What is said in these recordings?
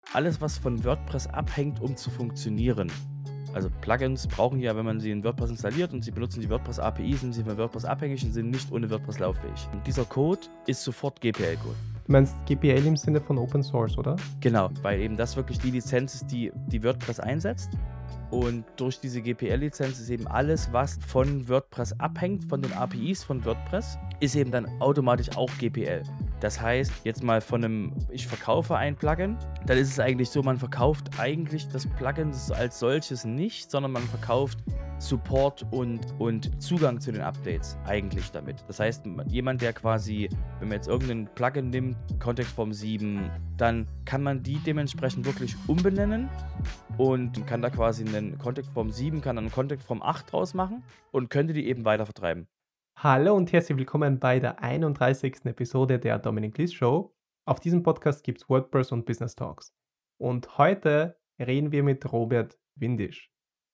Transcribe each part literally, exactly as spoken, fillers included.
alles, was von WordPress abhängt, um zu funktionieren. Also Plugins brauchen ja, wenn man sie in WordPress installiert und sie benutzen die WordPress A P I, sind sie von WordPress abhängig und sind nicht ohne WordPress lauffähig. Und dieser Code ist sofort G P L-Code. Du meinst G P L im Sinne von Open Source, oder? Genau, weil eben das wirklich die Lizenz ist, die, die WordPress einsetzt. Und durch diese G P L-Lizenz ist eben alles, was von WordPress abhängt, von den A P Is von WordPress, ist eben dann automatisch auch G P L. Das heißt, jetzt mal von einem, ich verkaufe ein Plugin, dann ist es eigentlich so, man verkauft eigentlich das Plugin als solches nicht, sondern man verkauft Support und, und Zugang zu den Updates eigentlich damit. Das heißt, jemand, der quasi, wenn man jetzt irgendein Plugin nimmt, Contextform sieben, dann kann man die dementsprechend wirklich umbenennen und kann da quasi einen Contextform sieben, kann dann einen Contextform acht draus machen und könnte die eben weiter vertreiben. Hallo und herzlich willkommen bei der einunddreißigsten Episode der Dominik Liss Show. Auf diesem Podcast gibt es WordPress und Business Talks. Und heute reden wir mit Robert Windisch.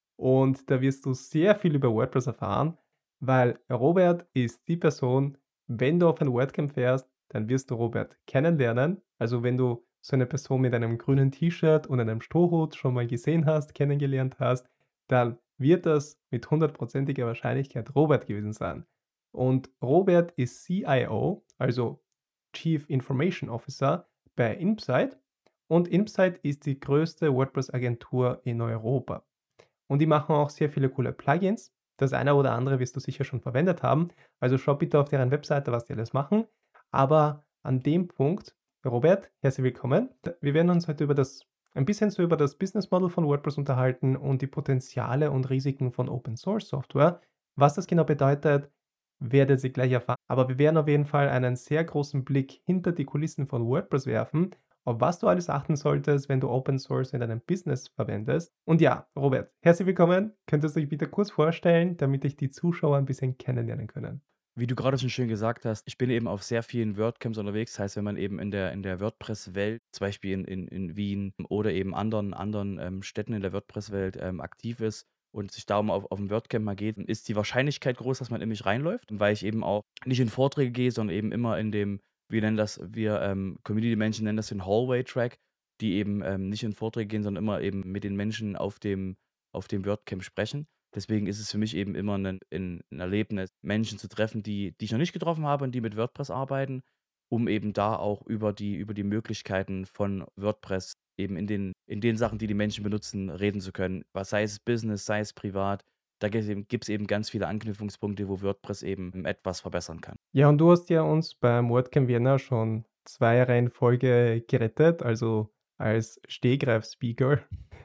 Und da wirst du sehr viel über WordPress erfahren, weil Robert ist die Person, wenn du auf ein WordCamp fährst, dann wirst du Robert kennenlernen. Also wenn du so eine Person mit einem grünen T-Shirt und einem Strohhut schon mal gesehen hast, kennengelernt hast, dann wird das mit hundertprozentiger Wahrscheinlichkeit Robert gewesen sein. Und Robert ist C I O, also Chief Information Officer bei Insight. Und Insight ist die größte WordPress-Agentur in Europa. Und die machen auch sehr viele coole Plugins. Das eine oder andere wirst du sicher schon verwendet haben. Also schau bitte auf deren Webseite, was die alles machen. Aber an dem Punkt, Robert, herzlich willkommen. Wir werden uns heute über das, ein bisschen so über das Business Model von WordPress unterhalten und die Potenziale und Risiken von Open Source Software. Was das genau bedeutet, werdet ihr gleich erfahren. Aber wir werden auf jeden Fall einen sehr großen Blick hinter die Kulissen von WordPress werfen, auf was du alles achten solltest, wenn du Open Source in deinem Business verwendest. Und ja, Robert, herzlich willkommen. Könntest du dich bitte kurz vorstellen, damit dich die Zuschauer ein bisschen kennenlernen können? Wie du gerade schon schön gesagt hast, ich bin eben auf sehr vielen WordCamps unterwegs. Das heißt, wenn man eben in der, in der WordPress-Welt, zum Beispiel in, in, in Wien oder eben anderen, anderen ähm, Städten in der WordPress-Welt ähm, aktiv ist und sich darum auf, auf ein WordCamp mal geht, ist die Wahrscheinlichkeit groß, dass man in mich reinläuft, weil ich eben auch nicht in Vorträge gehe, sondern eben immer in dem, wir nennen das, wir ähm, Community-Menschen nennen das den Hallway-Track, die eben ähm, nicht in Vorträge gehen, sondern immer eben mit den Menschen auf dem, auf dem WordCamp sprechen. Deswegen ist es für mich eben immer 'nen 'n 'n Erlebnis, Menschen zu treffen, die die ich noch nicht getroffen habe und die mit WordPress arbeiten, um eben da auch über die über die Möglichkeiten von WordPress eben in den in den Sachen, die die Menschen benutzen, reden zu können. Was sei es Business, sei es privat. Da gibt's eben gibt's eben ganz viele Anknüpfungspunkte, wo WordPress eben etwas verbessern kann. Ja, und du hast ja uns beim WordCamp Vienna schon zwei Jahre in Folge gerettet, also als Stehgreif-Speaker.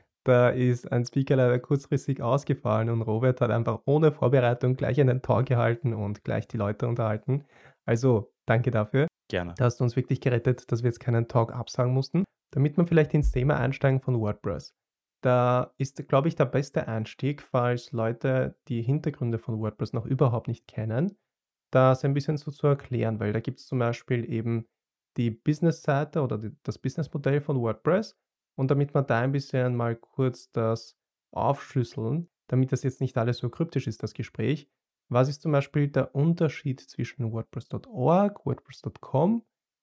Da ist ein Speaker leider kurzfristig ausgefallen und Robert hat einfach ohne Vorbereitung gleich einen Talk gehalten und gleich die Leute unterhalten. Also danke dafür. Gerne. Da hast du uns wirklich gerettet, dass wir jetzt keinen Talk absagen mussten, damit wir vielleicht ins Thema einsteigen von WordPress. Da ist, glaube ich, der beste Einstieg, falls Leute die Hintergründe von WordPress noch überhaupt nicht kennen, das ein bisschen so zu erklären, weil da gibt es zum Beispiel eben die Business-Seite oder die, das Businessmodell von WordPress. Und damit wir da ein bisschen mal kurz das aufschlüsseln, damit das jetzt nicht alles so kryptisch ist, das Gespräch. Was ist zum Beispiel der Unterschied zwischen WordPress Punkt org, WordPress Punkt com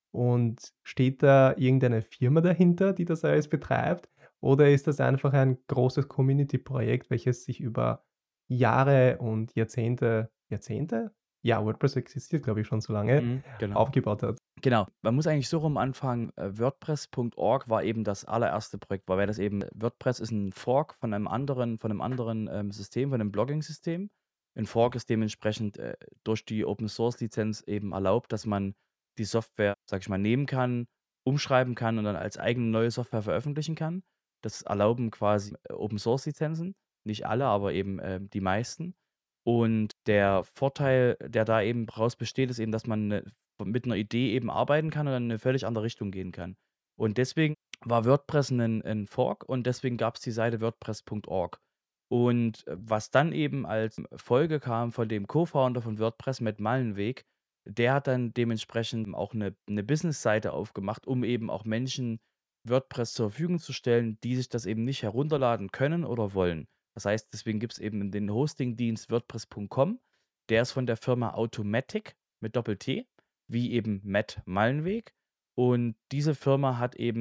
und steht da irgendeine Firma dahinter, die das alles betreibt? Oder ist das einfach ein großes Community-Projekt, welches sich über Jahre und Jahrzehnte, Jahrzehnte? Ja, WordPress existiert, glaube ich, schon so lange, Mhm, genau. aufgebaut hat. Genau, man muss eigentlich so rum anfangen, äh, WordPress Punkt org war eben das allererste Projekt, weil das eben WordPress ist ein Fork von einem anderen von einem anderen, ähm, System, von 'nem Blogging-System. 'N Fork ist dementsprechend, äh, durch die Open-Source-Lizenz eben erlaubt, dass man die Software, sage ich mal, nehmen kann, umschreiben kann und dann als eigene neue Software veröffentlichen kann. Das erlauben quasi äh, Open-Source-Lizenzen, nicht alle, aber eben, ähm, die meisten. Und der Vorteil, der da eben draus besteht, ist eben, dass man 'ne mit einer Idee eben arbeiten kann und dann in 'ne völlig andere Richtung gehen kann. Und deswegen war WordPress ein 'n Fork und deswegen gab es die Seite WordPress Punkt org. Und, äh, was dann eben als Folge kam von dem Co-Founder von WordPress, Matt Mullenweg, der hat dann dementsprechend auch eine 'ne Business-Seite aufgemacht, um eben auch Menschen WordPress zur Verfügung zu stellen, die sich das eben nicht herunterladen können oder wollen. Das heißt, deswegen gibt es eben den Hostingdienst WordPress Punkt com. Der ist von der Firma Automattic mit Doppel-T, wie eben Matt Mullenweg. Und diese Firma hat eben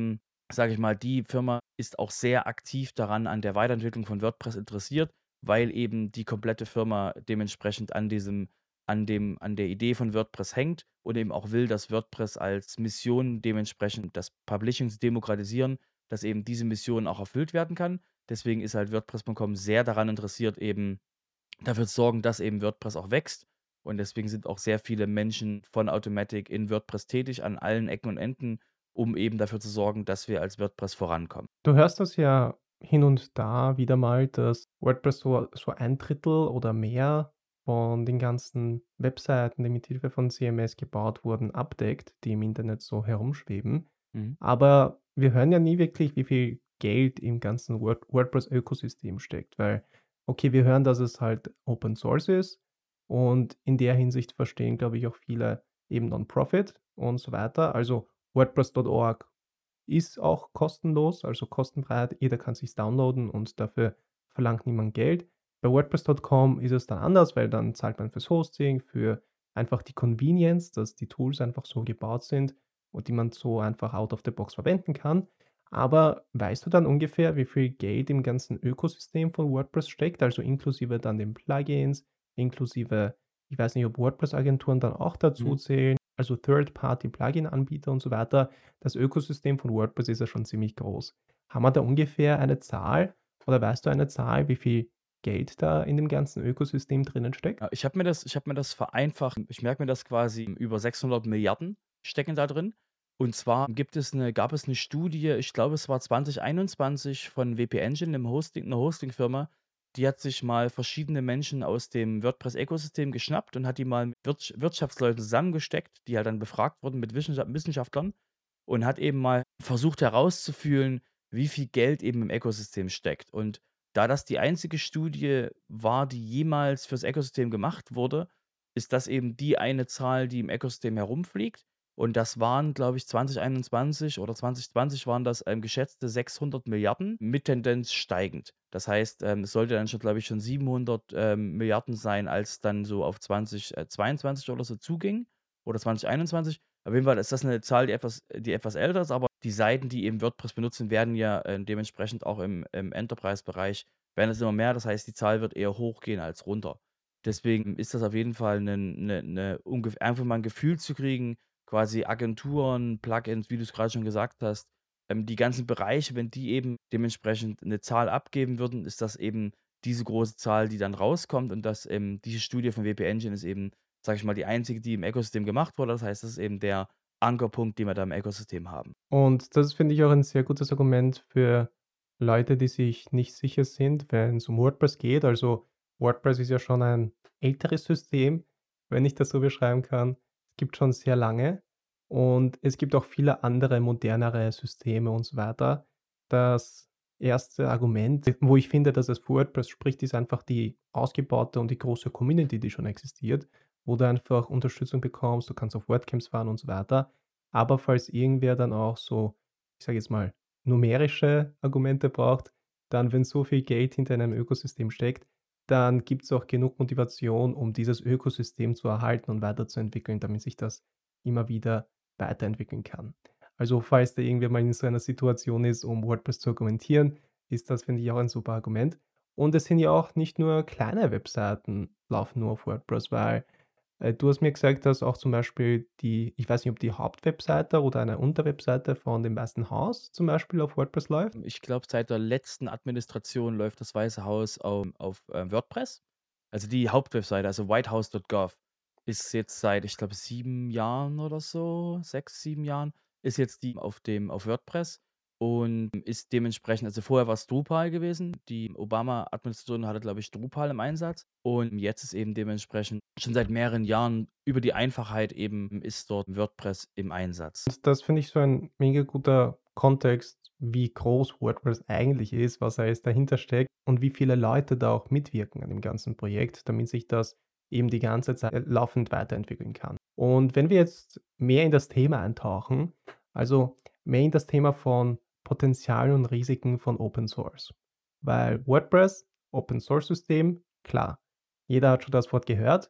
sage ich mal, die Firma ist auch sehr aktiv daran an der Weiterentwicklung von WordPress interessiert, weil eben die komplette Firma dementsprechend an diesem an dem an der Idee von WordPress hängt und eben auch will, dass WordPress als Mission dementsprechend das Publishing zu demokratisieren, dass eben diese Mission auch erfüllt werden kann. Deswegen ist halt WordPress Punkt com sehr daran interessiert, eben dafür zu sorgen, dass eben WordPress auch wächst. Und deswegen sind auch sehr viele Menschen von Automattic in WordPress tätig an allen Ecken und Enden, um eben dafür zu sorgen, dass wir als WordPress vorankommen. Du hörst das ja hin und da wieder mal, dass WordPress so so ein Drittel oder mehr von den ganzen Webseiten, die mit Hilfe von C M S gebaut wurden, abdeckt, die im Internet so herumschweben. Mhm. Aber wir hören ja nie wirklich, wie viel Geld im ganzen Word WordPress-Ökosystem steckt, weil, okay, wir hören, dass es halt Open Source ist und in der Hinsicht verstehen, glaube ich, auch viele eben Non-Profit und so weiter. Also WordPress Punkt org ist auch kostenlos, also kostenfrei. Jeder kann sich's downloaden und dafür verlangt niemand Geld. Bei WordPress Punkt com ist es dann anders, weil dann zahlt man fürs Hosting, für einfach die Convenience, dass die Tools einfach so gebaut sind und die man so einfach out of the box verwenden kann. Aber weißt du dann ungefähr, wie viel Geld im ganzen Ökosystem von WordPress steckt, also inklusive dann den Plugins, inklusive, ich weiß nicht, ob WordPress-Agenturen dann auch dazu Mhm. zählen, also Third-Party-Plugin-Anbieter und so weiter. Das Ökosystem von WordPress ist ja schon ziemlich groß. Haben wir da ungefähr eine Zahl oder weißt du eine Zahl, wie viel Geld da in dem ganzen Ökosystem drinnen steckt? Ja, ich habe mir das ich habe mir das vereinfacht ich merke mir das quasi, über sechshundert Milliarden stecken da drin. Und zwar gibt es 'ne gab es 'ne Studie, ich glaube, es war zwanzig einundzwanzig von W P Engine, 'nem Hosting 'ner Hostingfirma, die hat sich mal verschiedene Menschen aus dem WordPress-Ökosystem geschnappt und hat die mal mit Wirtsch Wirtschaftsleuten zusammengesteckt, die halt dann befragt wurden mit Wissenscha Wissenschaftlern und hat eben mal versucht herauszufühlen, wie viel Geld eben im Ökosystem steckt. Und da das die einzige Studie war, die jemals fürs Ökosystem gemacht wurde, ist das eben die eine Zahl, die im Ökosystem herumfliegt. Und das waren, glaube ich, zwanzig einundzwanzig oder zwanzig zwanzig waren das, ähm, geschätzte sechshundert Milliarden mit Tendenz steigend. Das heißt, ähm, es sollte dann schon, glaube ich, schon siebenhundert, ähm, Milliarden sein, als dann so auf zwanzig äh, zweiundzwanzig oder so zuging oder zwanzig einundzwanzig. Auf jeden Fall ist das 'ne Zahl, die etwas die etwas älter ist, aber die Seiten, die eben WordPress benutzen, werden ja, äh, dementsprechend auch im im Enterprise-Bereich werden es immer mehr. Das heißt, die Zahl wird eher hochgehen als runter. Deswegen ist das auf jeden Fall 'nen 'ne 'ne ungef einfach mal 'n Gefühl zu kriegen, quasi Agenturen, Plugins, wie du's grade schon gesagt hast, ähm, die ganzen Bereiche, wenn die eben dementsprechend 'ne Zahl abgeben würden, ist das eben diese große Zahl, die dann rauskommt und das ähm, diese Studie von W P Engine ist eben, sage ich mal, die einzige, die im Ökosystem gemacht wurde. Das heißt, das ist eben der Ankerpunkt, den wir da im Ökosystem haben. Und das finde ich auch ein sehr gutes Argument für Leute, die sich nicht sicher sind, wenn's um WordPress geht. Also, WordPress ist ja schon ein älteres System, wenn ich das so beschreiben kann. Es gibt schon sehr lange und es gibt auch viele andere modernere Systeme und so weiter. Das erste Argument, wo ich finde, dass es für WordPress spricht, ist einfach die ausgebaute und die große Community, die schon existiert, wo du einfach Unterstützung bekommst, du kannst auf WordCamps fahren und so weiter. Aber falls irgendwer dann auch so, ich sage jetzt mal, numerische Argumente braucht, dann, wenn so viel Geld hinter einem Ökosystem steckt, dann gibt's auch genug Motivation, um dieses Ökosystem zu erhalten und weiterzuentwickeln, damit sich das immer wieder weiterentwickeln kann. Also, falls da irgendwer mal in so einer Situation ist, um WordPress zu argumentieren, ist das, finde ich, auch ein super Argument. Und es sind ja auch nicht nur kleine Webseiten laufen nur auf WordPress, weil, äh, du hast mir gesagt, dass auch zum Beispiel die ich weiß nicht, ob die Hauptwebseite oder eine Unterwebseite von dem Weißen Haus zum Beispiel auf WordPress läuft? Ich glaube, seit der letzten Administration läuft das Weiße Haus au auf, äh, WordPress. Also, die Hauptwebseite, also whitehouse Punkt gov ist jetzt seit, ich glaube, sieben Jahren oder so, sechs, sieben Jahren ist jetzt die auf dem auf WordPress und ist dementsprechend also, vorher war's Drupal gewesen. Die Obama-Administration hatte, glaube ich, Drupal im Einsatz und jetzt ist eben dementsprechend schon seit mehreren Jahren über die Einfachheit eben ist dort WordPress im Einsatz. Und das finde ich so ein mega guter Kontext, wie groß WordPress eigentlich ist, was alles dahinter steckt und wie viele Leute da auch mitwirken an dem ganzen Projekt, damit sich das eben die ganze Zeit, äh, laufend weiterentwickeln kann. Und wenn wir jetzt mehr in das Thema eintauchen, also mehr in das Thema von Potenzialen und Risiken von Open Source. Weil WordPress, Open Source System, klar, jeder hat schon das Wort gehört.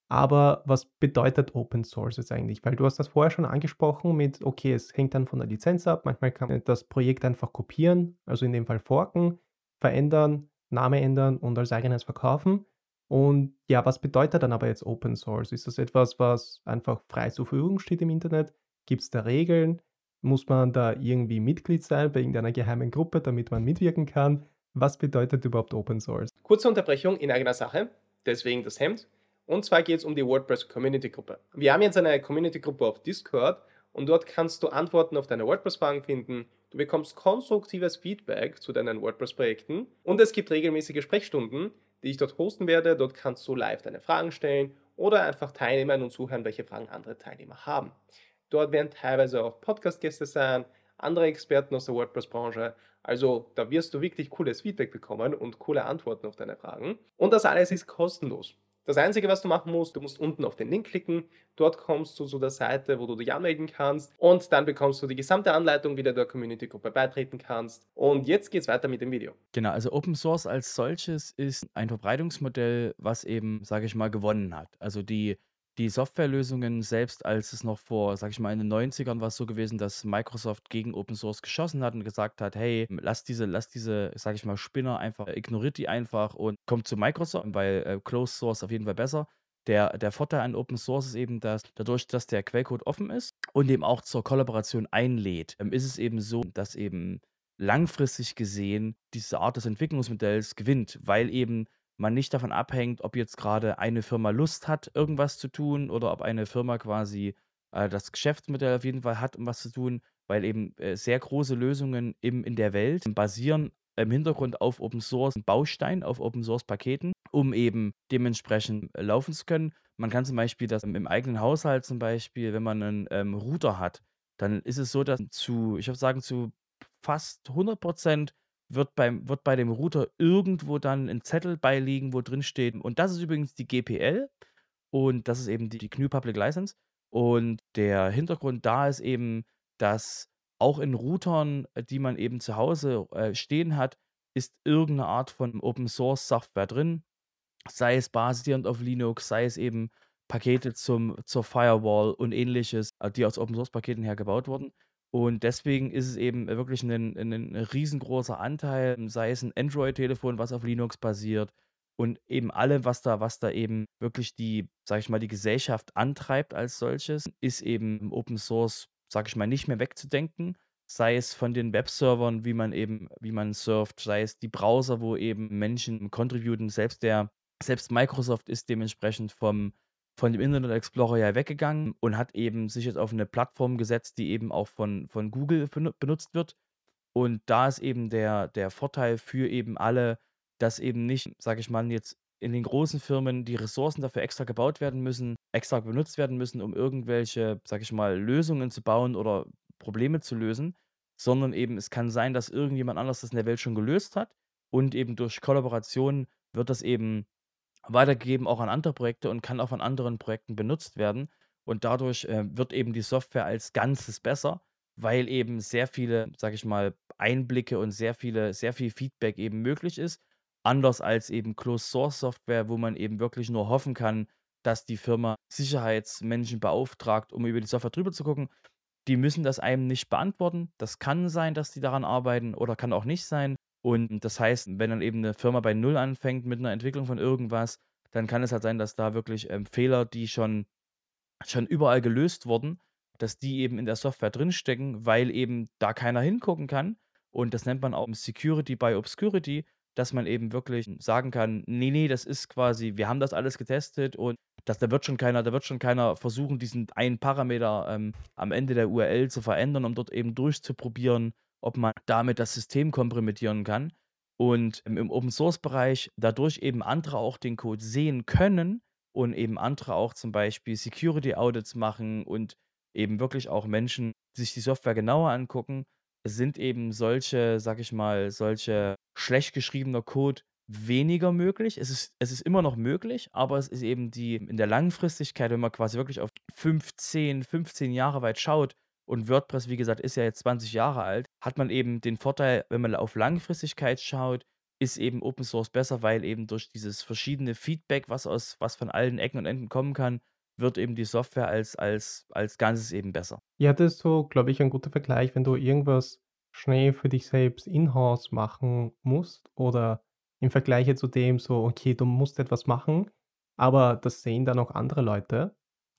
Aber was bedeutet Open Source jetzt eigentlich? Weil du hast das vorher schon angesprochen mit, okay, es hängt dann von der Lizenz ab. Manchmal kann man das Projekt einfach kopieren, also in dem Fall forken, verändern, Name ändern und als eigenes verkaufen. Und ja, was bedeutet dann aber jetzt Open Source? Ist das etwas, was einfach frei zur Verfügung steht im Internet? Gibt es da Regeln? Muss man da irgendwie Mitglied sein bei irgendeiner geheimen Gruppe, damit man mitwirken kann? Was bedeutet überhaupt Open Source? Kurze Unterbrechung in eigener Sache, deswegen das Hemd. Und zwar geht es um die WordPress Community Gruppe. Wir haben jetzt eine Community Gruppe auf Discord und dort kannst du Antworten auf deine WordPress-Fragen finden. Du bekommst konstruktives Feedback zu deinen WordPress-Projekten und es gibt regelmäßige Sprechstunden, die ich dort hosten werde. Dort kannst du live deine Fragen stellen oder einfach teilnehmen und zuhören, welche Fragen andere Teilnehmer haben. Dort werden teilweise auch Podcast-Gäste sein, andere Experten aus der WordPress-Branche. Also da wirst du wirklich cooles Feedback bekommen und coole Antworten auf deine Fragen. Und das alles ist kostenlos. Das Einzige, was du machen musst, du musst unten auf den Link klicken. Dort kommst du zu der Seite, wo du dich anmelden kannst. Und dann bekommst du die gesamte Anleitung, wie du der Community-Gruppe beitreten kannst. Und jetzt geht's weiter mit dem Video. Genau, also Open Source als solches ist ein Verbreitungsmodell, was eben, sage ich mal, gewonnen hat. Also die, die Softwarelösungen selbst, als es noch vor, sage ich mal, in den Neunzigern war es so gewesen, dass Microsoft gegen Open Source geschossen hat und gesagt hat, hey, lasst diese, lasst diese, sage ich mal, Spinner einfach, ignoriert die einfach und kommt zu Microsoft, weil äh, Closed Source auf jeden Fall besser. Der, der Vorteil an Open Source ist eben, dass dadurch, dass der Quellcode offen ist und eben auch zur Kollaboration einlädt, ähm, ist es eben so, dass eben langfristig gesehen diese Art des Entwicklungsmodells gewinnt, weil eben man nicht davon abhängt, ob jetzt gerade eine Firma Lust hat, irgendwas zu tun oder ob eine Firma quasi, äh, das Geschäftsmodell auf jeden Fall hat, um was zu tun, weil eben, äh, sehr große Lösungen im in der Welt basieren im Hintergrund auf Open Source Bausteinen, auf Open Source Paketen, um eben dementsprechend, äh, laufen zu können. Man kann zum Beispiel das im im eigenen Haushalt zum Beispiel, wenn man einen ähm, Router hat, dann ist es so, dass zu ich würde sagen, zu fast hundert Prozent wird beim wird bei dem Router irgendwo dann 'n Zettel beiliegen, wo drin steht und das ist übrigens die G P L und das ist eben die die G N U Public License. Und der Hintergrund da ist eben, dass auch in Routern, äh, die man eben zu Hause, äh, stehen hat, ist irgend 'ne Art von Open Source Software drin, sei es basierend auf Linux, sei es eben Pakete zum zur Firewall und Ähnliches, äh, die aus Open Source Paketen her gebaut wurden. Und deswegen ist es eben wirklich 'nen 'nen riesengroßer Anteil, sei es 'n Android-Telefon, was auf Linux basiert und eben allem, was da was da eben wirklich die, sage ich mal, die Gesellschaft antreibt als solches, ist eben im Open Source, sage ich mal, nicht mehr wegzudenken. Sei es von den Webservern, wie man eben wie man surft, sei es die Browser, wo eben Menschen contributen. Selbst der selbst Microsoft ist dementsprechend vom von dem Internet Explorer ja weggegangen und hat eben sich jetzt auf 'ne Plattform gesetzt, die eben auch von von Google benu benutzt wird. Und da ist eben der der Vorteil für eben alle, dass eben nicht, sage ich mal, jetzt in den großen Firmen die Ressourcen dafür extra gebaut werden müssen, extra benutzt werden müssen, um irgendwelche, sage ich mal, Lösungen zu bauen oder Probleme zu lösen, sondern eben es kann sein, dass irgendjemand anders das in der Welt schon gelöst hat und eben durch Kollaboration wird das eben weitergegeben auch an andere Projekte und kann auch von anderen Projekten benutzt werden. Und dadurch, äh, wird eben die Software als Ganzes besser, weil eben sehr viele, sage ich mal, Einblicke und sehr viele sehr viel Feedback eben möglich ist. Anders als eben Closed Source Software, wo man eben wirklich nur hoffen kann, dass die Firma Sicherheitsmenschen beauftragt, um über die Software drüber zu gucken. Die müssen das einem nicht beantworten. Das kann sein, dass die daran arbeiten oder kann auch nicht sein. Und das heißt, wenn dann eben 'ne Firma bei Null anfängt mit 'ner Entwicklung von irgendwas, dann kann es halt sein, dass da wirklich, ähm, Fehler, die schon schon überall gelöst wurden, dass die eben in der Software drinstecken, weil eben da keiner hingucken kann. Und das nennt man auch Security by Obscurity, dass man eben wirklich sagen kann: „Ne, ne, das ist quasi wir haben das alles getestet und das da wird schon keiner da wird schon keiner versuchen, diesen einen Parameter, ähm, am Ende der U R L zu verändern, um dort eben durchzuprobieren, ob man damit das System kompromittieren kann." Und im im Open-Source-Bereich, dadurch eben andere auch den Code sehen können und eben andere auch zum Beispiel Security Audits machen und eben wirklich auch Menschen sich die Software genauer angucken, sind eben solche, sage ich mal, solche schlecht geschriebener Code weniger möglich. Es ist es ist immer noch möglich, aber es ist eben die in der Langfristigkeit, wenn man quasi wirklich auf fünfzehn fünfzehn Jahre weit schaut und WordPress, wie gesagt, ist ja jetzt zwanzig Jahre alt, hat man eben den Vorteil, wenn man auf Langfristigkeit schaut, ist eben Open Source besser, weil eben durch dieses verschiedene Feedback, was aus was von allen Ecken und Enden kommen kann, wird eben die Software als als als Ganzes eben besser. Ja, das ist so, glaube ich, ein guter Vergleich, wenn du irgendwas schnell für dich selbst in-house machen musst oder im Vergleich zu dem so, okay, du musst etwas machen, aber das sehen dann auch andere Leute,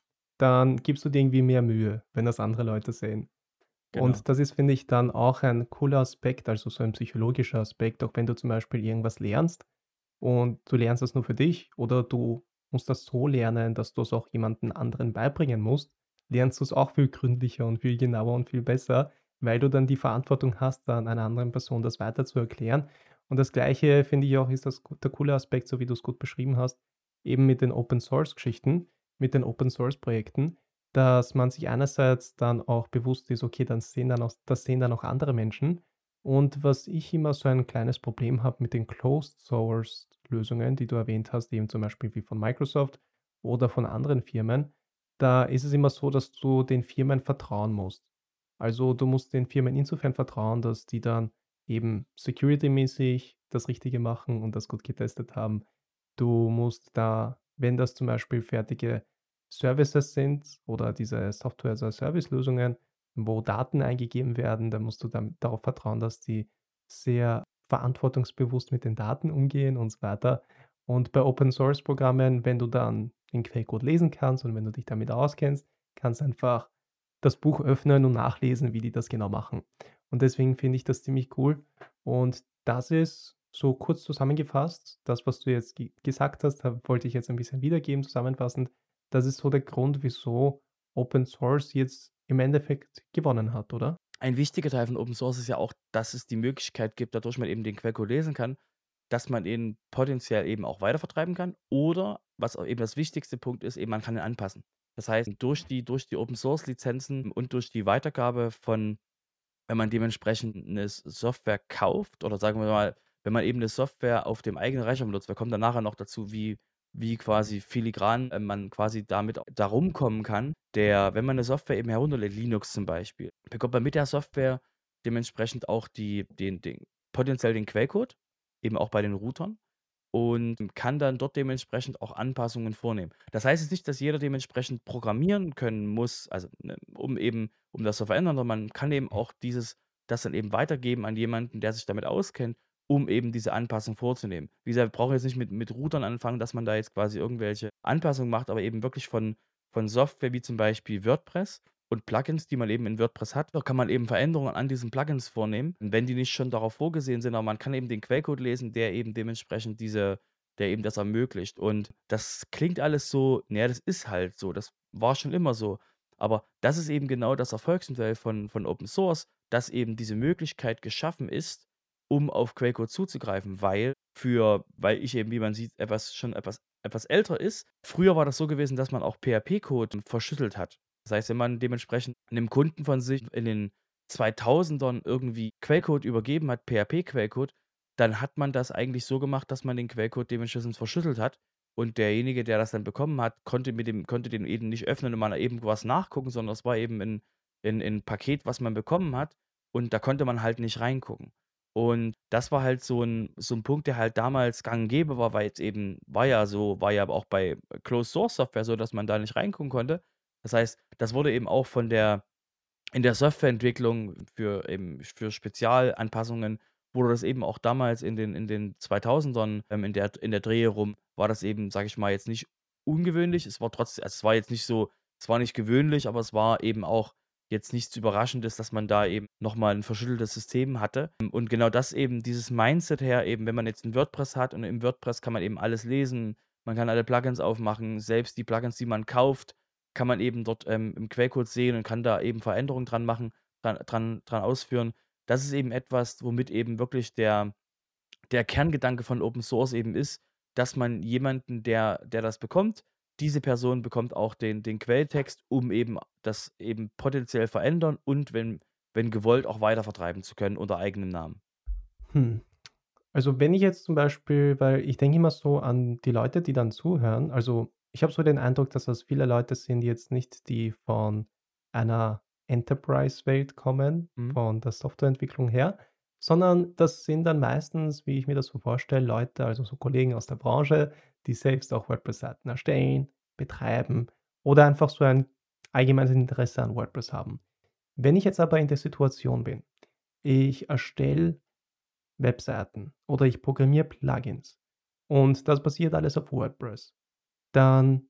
dann gibst du dir irgendwie mehr Mühe, wenn das andere Leute sehen. Genau, Und das ist, finde ich, dann auch ein cooler Aspekt, also so ein psychologischer Aspekt, auch wenn du zum Beispiel irgendwas lernst und du lernst das nur für dich oder du musst das so lernen, dass du es auch jemandem anderen beibringen musst, lernst du es auch viel gründlicher und viel genauer und viel besser, weil du dann die Verantwortung hast, dann einer anderen Person das weiter zu erklären. Und das Gleiche finde ich auch, ist das gu- der coole Aspekt, so wie du es gut beschrieben hast, eben mit den Open Source Geschichten, mit den Open Source Projekten, dass man sich einerseits dann auch bewusst ist, okay, dann sehen dann auch, das sehen dann auch andere Menschen. Und was ich immer so ein kleines Problem habe mit den Closed Source Lösungen, die du erwähnt hast, eben zum Beispiel wie von Microsoft oder von anderen Firmen, da ist es immer so, dass du den Firmen vertrauen musst. Also du musst den Firmen insofern vertrauen, dass die dann eben security-mäßig das Richtige machen und das gut getestet haben. Du musst da, wenn das zum Beispiel fertige Services sind oder diese Software-as-a-Service-Lösungen, wo Daten eingegeben werden, dann musst du dann darauf vertrauen, dass die sehr verantwortungsbewusst mit den Daten umgehen und so weiter. Und bei Open-Source-Programmen, wenn du dann den Quellcode lesen kannst und wenn du dich damit auskennst, kannst du einfach das Buch öffnen und nachlesen, wie die das genau machen. Und deswegen finde ich das ziemlich cool. Und das ist so kurz zusammengefasst, das, was du jetzt ge gesagt hast, ha wollte ich jetzt ein bisschen wiedergeben, zusammenfassend. Das ist so der Grund, wieso Open Source jetzt im Endeffekt gewonnen hat, oder? ein wichtiger Teil von Open Source ist ja auch, dass es die Möglichkeit gibt, dadurch man eben den Quellcode lesen kann, dass man ihn potenziell eben auch weitervertreiben kann oder, was auch eben das wichtigste Punkt ist, eben man kann ihn anpassen. Das heißt, durch die durch die Open Source Lizenzen und durch die Weitergabe von, wenn man dementsprechend 'ne S Software kauft oder sagen wir mal, wenn man eben 'ne Software auf dem eigenen Rechner benutzt, wir kommen dann nachher noch dazu, wie wie quasi filigran, äh, man quasi damit da rumkommen kann. Der wenn man 'ne Software eben herunterlädt, Linux zum Beispiel, bekommt man mit der Software dementsprechend auch die den den potenziell den Quellcode, eben auch bei den Routern und kann dann dort dementsprechend auch Anpassungen vornehmen. Das heißt jetzt nicht, dass jeder dementsprechend programmieren können muss, also, ne, um eben um das zu verändern, sondern man kann eben auch dieses das dann eben weitergeben an jemanden, der sich damit auskennt, um eben diese Anpassung vorzunehmen. Wie gesagt, wir brauchen jetzt nicht mit mit Routern anfangen, dass man da jetzt quasi irgendwelche Anpassungen macht, aber eben wirklich von von Software wie zum Beispiel WordPress und Plugins, die man eben in WordPress hat, da kann man eben Veränderungen an diesen Plugins vornehmen, wenn die nicht schon darauf vorgesehen sind, aber man kann eben den Quellcode lesen, der eben dementsprechend diese der eben das ermöglicht. Und das klingt alles so, na ja, das ist halt so, das war schon immer so. Aber das ist eben genau das Erfolgsmodell von von Open Source, dass eben diese Möglichkeit geschaffen ist, um auf Quellcode zuzugreifen, weil für weil ich eben, wie man sieht, etwas schon etwas etwas älter ist. Früher war das so gewesen, dass man auch P H P-Code verschlüsselt hat. Das heißt, wenn man dementsprechend 'nem Kunden von sich in den zweitausendern irgendwie Quellcode übergeben hat, P H P-Quellcode, dann hat man das eigentlich so gemacht, dass man den Quellcode dementsprechend verschlüsselt hat und derjenige, der das dann bekommen hat, konnte mit dem konnte den eben nicht öffnen und mal eben was nachgucken, sondern es war eben 'n 'n 'n Paket, was man bekommen hat und da konnte man halt nicht reingucken. Und das war halt so 'n so 'n Punkt, der halt damals gang und gäbe war, weil es eben war ja so war ja aber auch bei Closed Source Software so, dass man da nicht reingucken konnte. Das heißt, das wurde eben auch von der in der Softwareentwicklung für eben für Spezialanpassungen wurde das eben auch damals in den in den zweitausendern, ähm, in der in der Dreh rum war das eben, sage ich mal, jetzt nicht ungewöhnlich. Es war trotz also, es war jetzt nicht so es war nicht gewöhnlich, aber es war eben auch jetzt nichts Überraschendes, dass man da eben noch mal 'n verschlüsseltes System hatte. Ähm, und genau das eben dieses Mindset her eben, wenn man jetzt 'n WordPress hat und im WordPress kann man eben alles lesen, man kann alle Plugins aufmachen, selbst die Plugins, die man kauft, kann man eben dort, ähm, im Quellcode sehen und kann da eben Veränderungen dran machen, dran dran dran ausführen. Das ist eben etwas, womit eben wirklich der der Kerngedanke von Open Source eben ist, dass man jemanden, der der das bekommt, diese Person bekommt auch den den Quelltext, um eben das eben potenziell verändern und wenn wenn gewollt, auch weitervertreiben zu können unter eigenem Namen. Hm. Also, wenn ich jetzt zum Beispiel, weil ich denke immer so an die Leute, die dann zuhören. Also, ich habe so den Eindruck, dass das viele Leute sind jetzt nicht, die von einer Enterprise-Welt kommen, Mhm. von der Softwareentwicklung her, sondern das sind dann meistens, wie ich mir das so vorstelle, Leute, also so Kollegen aus der Branche, die selbst auch WordPress-Seiten erstellen, betreiben oder einfach so ein allgemeines Interesse an WordPress haben. Wenn ich jetzt aber in der Situation bin, ich erstelle Webseiten oder ich programmiere Plugins und das basiert alles auf WordPress, dann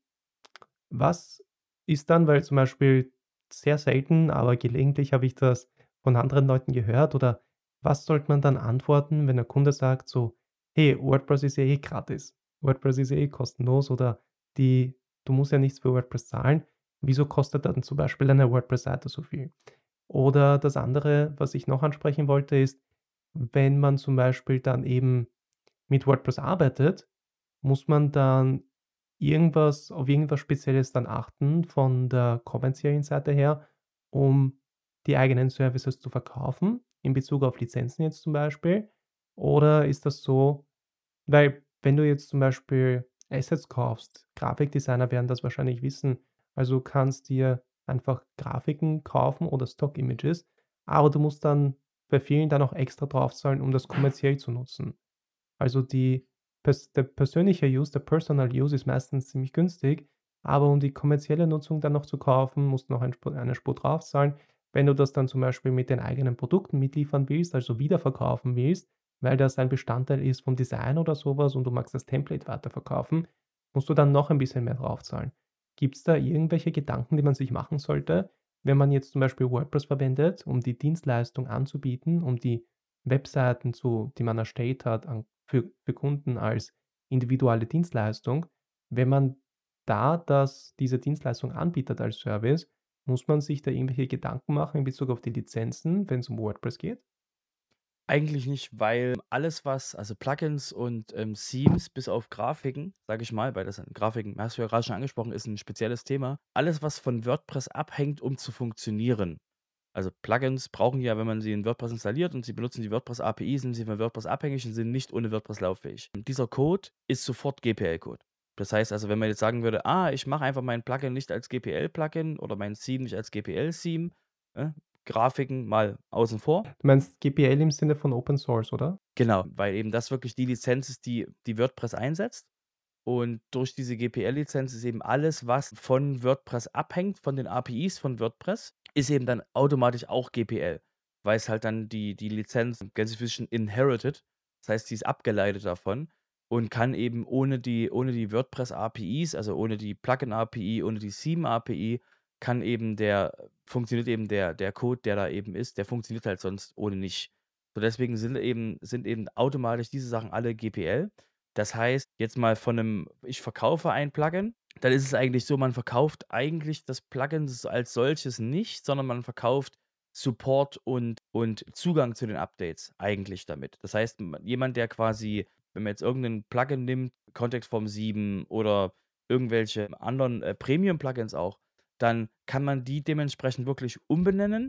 was ist dann, weil zum Beispiel sehr selten, aber gelegentlich habe ich das von anderen Leuten gehört, oder was sollte man dann antworten, wenn der Kunde sagt so: „Hey, WordPress ist ja eh gratis. WordPress ist ja eh kostenlos, oder die du musst ja nichts für WordPress zahlen. Wieso kostet dann zum Beispiel eine WordPress-Seite so viel?“ Oder das andere, was ich noch ansprechen wollte, ist, wenn man zum Beispiel dann eben mit WordPress arbeitet, muss man dann irgendwas auf irgendwas Spezielles dann achten von der kommerziellen Seite her, um die eigenen Services zu verkaufen, in Bezug auf Lizenzen jetzt zum Beispiel? Oder ist das so, weil wenn du jetzt zum Beispiel Assets kaufst, Grafikdesigner werden das wahrscheinlich wissen, also du kannst dir einfach Grafiken kaufen oder Stock-Images, aber du musst dann bei vielen dann auch extra draufzahlen, um das kommerziell zu nutzen. Also die pers der persönliche Use, der Personal Use ist meistens ziemlich günstig, aber um die kommerzielle Nutzung dann noch zu kaufen, musst du noch ein Spur eine Spur draufzahlen. Wenn du das dann zum Beispiel mit den eigenen Produkten mitliefern willst, also wiederverkaufen willst, weil das ein Bestandteil ist vom Design oder sowas und du magst das Template weiterverkaufen, musst du dann noch ein bisschen mehr draufzahlen. Gibt es da irgendwelche Gedanken, die man sich machen sollte, wenn man jetzt zum Beispiel WordPress verwendet, um die Dienstleistung anzubieten, um die Webseiten zu die man erstellt hat, an für für Kunden als individuelle Dienstleistung. Wenn man da das diese Dienstleistung anbietet als Service, muss man sich da irgendwelche Gedanken machen in Bezug auf die Lizenzen, wenn es um WordPress geht? Eigentlich nicht, weil alles, was also Plugins und, ähm, Themes bis auf Grafiken, sage ich mal, weil das an Grafiken hast du ja gerade schon angesprochen, ist ein spezielles Thema. Alles, was von WordPress abhängt, um zu funktionieren. Also, Plugins brauchen ja, wenn man sie in WordPress installiert und sie benutzen die WordPress A P I, sind sie von WordPress abhängig und sind nicht ohne WordPress lauffähig. Dieser Code ist sofort G P L-Code. Das heißt also, wenn man jetzt sagen würde: „Ah, ich mache einfach mein Plugin nicht als G P L-Plugin oder mein Theme nicht als G P L-Theme“, ne? Grafiken mal außen vor. Du meinst G P L im Sinne von Open Source, oder? Genau, weil eben das wirklich die Lizenz ist, die die WordPress einsetzt. Und durch diese G P L-Lizenz ist eben alles, was von WordPress abhängt, von den A P Is von WordPress, ist eben dann automatisch auch G P L, weil es halt dann die die Lizenz Gänsefüßchen inherited, das heißt, sie ist abgeleitet davon und kann eben ohne die ohne die WordPress-A P Is, also ohne die Plugin-A P I, ohne die Theme-A P I, kann eben der funktioniert eben der der Code, der da eben ist, der funktioniert halt sonst ohne nicht. So deswegen sind eben sind eben automatisch diese Sachen alle G P L. Das heißt, jetzt mal von 'nem ich verkaufe ein Plugin, dann ist es eigentlich so, man verkauft eigentlich das Plugin s als solches nicht, sondern man verkauft Support und und Zugang zu den Updates eigentlich damit. Das heißt, m jemand, der quasi wenn man jetzt irgend 'nen Plugin nimmt, Contact Form sieben oder irgendwelche anderen, äh, Premium-Plugins auch, dann kann man die dementsprechend wirklich umbenennen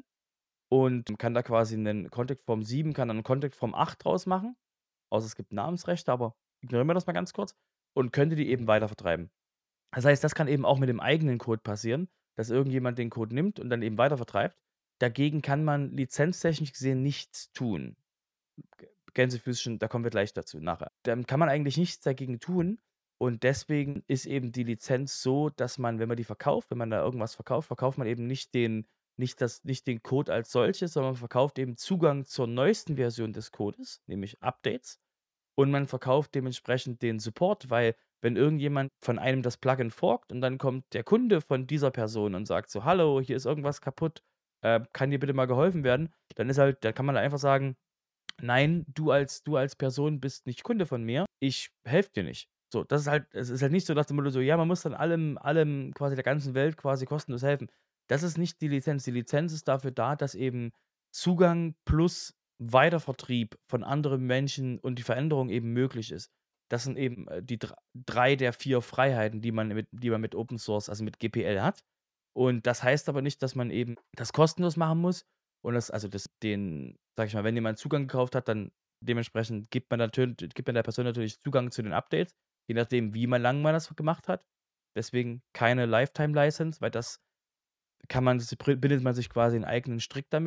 und kann da quasi 'nen Contact Form sieben kann dann 'n Contact Form acht draus machen, außer es gibt Namensrechte, aber ignorieren wir das mal ganz kurz und könnte die eben weitervertreiben. Das heißt, das kann eben auch mit dem eigenen Code passieren, dass irgendjemand den Code nimmt und dann eben weitervertreibt. Dagegen kann man lizenztechnisch gesehen nichts tun. G Gänsefüßchen, da kommen wir gleich dazu nachher. Dann kann man eigentlich nichts dagegen tun und deswegen ist eben die Lizenz so, dass man, wenn man die verkauft wenn man da irgendwas verkauft, verkauft man eben nicht den nicht das nicht den Code als solches, sondern man verkauft eben Zugang zur neuesten Version des Codes, nämlich Updates. Und man verkauft dementsprechend den Support, weil wenn irgendjemand von einem das Plugin forkt und dann kommt der Kunde von dieser Person und sagt so: „Hallo, hier ist irgendwas kaputt, äh, kann dir bitte mal geholfen werden?“ Dann ist halt da kann man da einfach sagen: „Nein, du als du als Person bist nicht Kunde von mir. Ich helfe dir nicht.“ So, das ist halt es ist halt nicht so nach dem Motto so, ja, man muss dann allem allem quasi der ganzen Welt quasi kostenlos helfen. Das ist nicht die Lizenz. Die Lizenz ist dafür da, dass eben Zugang plus Weitervertrieb von anderen Menschen und die Veränderung eben möglich ist. Das sind eben, äh, die dr drei der vier Freiheiten, die man mit die man mit Open Source, also mit G P L hat. Und das heißt aber nicht, dass man eben das kostenlos machen muss und das also das den sage ich mal, wenn jemand Zugang gekauft hat, dann dementsprechend gibt man natür gibt man der Person natürlich Zugang zu den Updates, je nachdem, wie man lang man das gemacht hat. Deswegen keine Lifetime License, weil das kann man s bindet man sich quasi 'n eigenen Strick damit.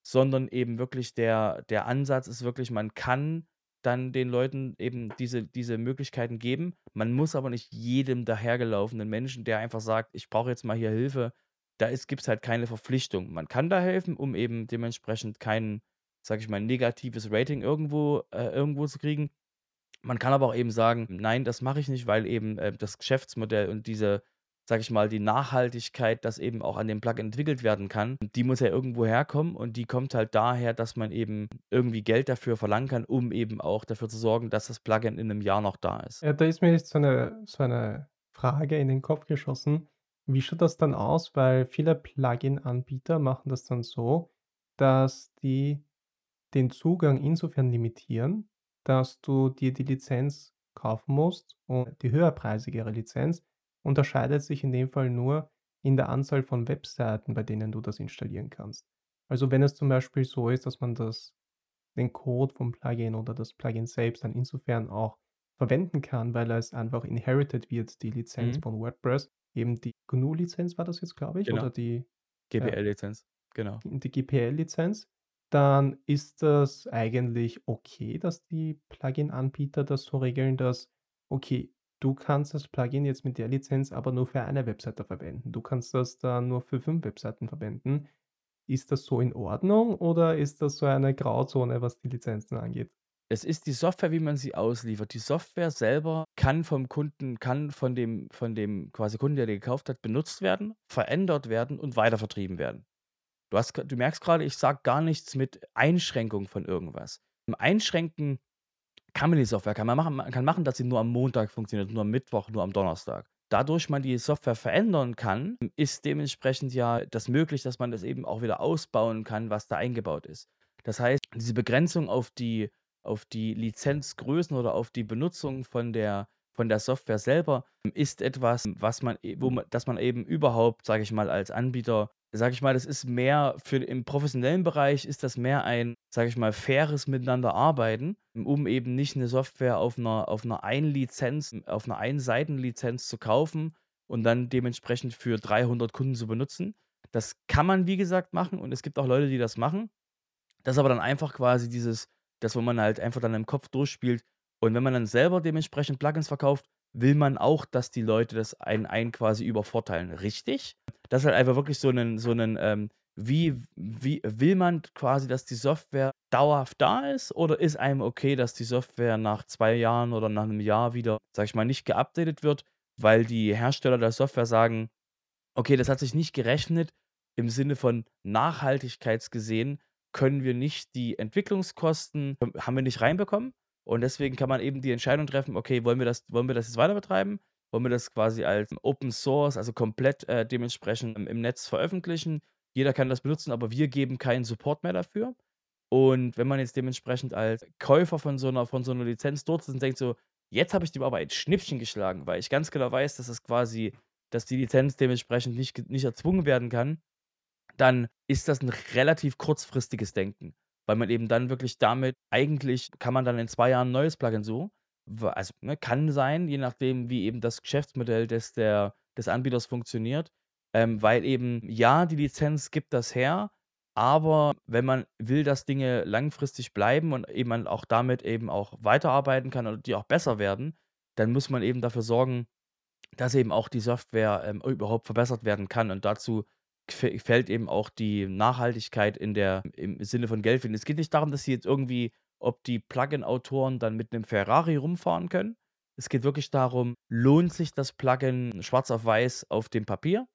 sondern eben wirklich der der Ansatz ist wirklich, man kann dann den Leuten eben diese diese Möglichkeiten geben. Man muss aber nicht jedem dahergelaufenen Menschen, der einfach sagt: „Ich brauche jetzt mal hier Hilfe“, da ist gibt's halt keine Verpflichtung. Man kann da helfen, um eben dementsprechend kein, sage ich mal, negatives Rating irgendwo äh, irgendwo zu kriegen. Man kann aber auch eben sagen: „Nein, das mache ich nicht, weil eben, äh, das Geschäftsmodell und diese, sage ich mal, die Nachhaltigkeit, dass eben auch an dem Plugin entwickelt werden kann, die muss ja irgendwo herkommen und die kommt halt daher, dass man eben irgendwie Geld dafür verlangen kann, um eben auch dafür zu sorgen, dass das Plugin in 'nem Jahr noch da ist.“ Ja, da ist mir jetzt so eine so eine Frage in den Kopf geschossen. Wie schaut das dann aus? Weil viele Plugin-Anbieter machen das dann so, dass die den Zugang insofern limitieren, dass du dir die Lizenz kaufen musst, und die höherpreisigere Lizenz unterscheidet sich in dem Fall nur in der Anzahl von Webseiten, bei denen du das installieren kannst. Also, wenn es zum Beispiel so ist, dass man das den Code vom Plugin oder das Plugin selbst dann insofern auch verwenden kann, weil es einfach inherited wird, die Lizenz Mhm, von WordPress, eben die G N U-Lizenz war das jetzt, glaube ich, genau. oder die, ja, G P L-Lizenz, genau. die G P L-Lizenz, dann ist das eigentlich okay, dass die Plugin-Anbieter das so regeln, dass, okay, du kannst das Plugin jetzt mit der Lizenz aber nur für eine Webseite verwenden. Du kannst das dann nur für fünf Webseiten verwenden. Ist das so in Ordnung oder ist das so eine Grauzone, was die Lizenzen angeht? Es ist die Software, wie man sie ausliefert. Die Software selber kann vom Kunden kann von dem von dem quasi Kunden, der die gekauft hat, benutzt werden, verändert werden und weitervertrieben werden. Du hast g du merkst grade, ich sage gar nichts mit Einschränkung von irgendwas. Im Einschränken kann man die Software kann man machen man kann machen, dass sie nur am Montag funktioniert, nur am Mittwoch, nur am Donnerstag. Dadurch man die Software verändern kann, ist dementsprechend ja das möglich, dass man das eben auch wieder ausbauen kann, was da eingebaut ist. Das heißt, diese Begrenzung auf die auf die Lizenzgrößen oder auf die Benutzung von der von der Software selber ist etwas, was man e wo man dass man eben überhaupt, sage ich mal, als Anbieter sage ich mal, das ist mehr für im professionellen Bereich ist das mehr ein, sage ich mal, faires Miteinanderarbeiten, um eben nicht 'ne Software auf 'ner auf 'ner Ein-Lizenz auf 'ner Ein-Seiten-Lizenz zu kaufen und dann dementsprechend für dreihundert Kunden zu benutzen. Das kann man, wie gesagt, machen und es gibt auch Leute, die das machen. Das ist aber dann einfach quasi dieses das, wo man halt einfach dann im Kopf durchspielt. Und wenn man dann selber dementsprechend Plugins verkauft, will man auch, dass die Leute das einen einen quasi übervorteilen, richtig? Das ist halt einfach wirklich so 'nen so 'nen, ähm wie wie will man quasi, dass die Software dauerhaft da ist oder ist einem okay, dass die Software nach zwei Jahren oder nach 'nem Jahr wieder, sage ich mal, nicht geupdatet wird, weil die Hersteller der Software sagen: Okay, das hat sich nicht gerechnet. Im Sinne von nachhaltigkeitsgesehen können wir nicht die Entwicklungskosten ähm, haben wir nicht reinbekommen und deswegen kann man eben die Entscheidung treffen: „Okay, wollen wir das wollen wir das jetzt weiter betreiben? Wollen wir das quasi als Open Source, also komplett, äh, dementsprechend im im Netz veröffentlichen? Jeder kann das benutzen, aber wir geben keinen Support mehr dafür.“ Und wenn man jetzt dementsprechend als Käufer von so 'ner von so 'ner Lizenz dort sitzt und denkt so: „Jetzt habe ich dem aber ein Schnippchen geschlagen“, weil ich ganz genau weiß, dass es quasi dass die Lizenz dementsprechend nicht ge nicht erzwungen werden kann, dann ist das 'n relativ kurzfristiges Denken, weil man eben dann wirklich damit eigentlich kann man dann in zwei Jahren 'n neues Plugin suchen. W also, ne, kann sein, je nachdem, wie eben das Geschäftsmodell des der des Anbieters funktioniert, ähm, weil eben, ja, die Lizenz gibt das her, aber wenn man will, dass Dinge langfristig bleiben und eben man auch damit eben auch weiterarbeiten kann oder die auch besser werden, dann muss man eben dafür sorgen, dass eben auch die Software, ähm, überhaupt verbessert werden kann und dazu gfe fällt eben auch die Nachhaltigkeit in der im Sinne von Geld verdienen. Es geht nicht darum, dass sie jetzt irgendwie ob die Plugin-Autoren dann mit 'nem Ferrari rumfahren können. Es geht wirklich darum, lohnt sich das Plugin schwarz auf weiß auf dem Papier?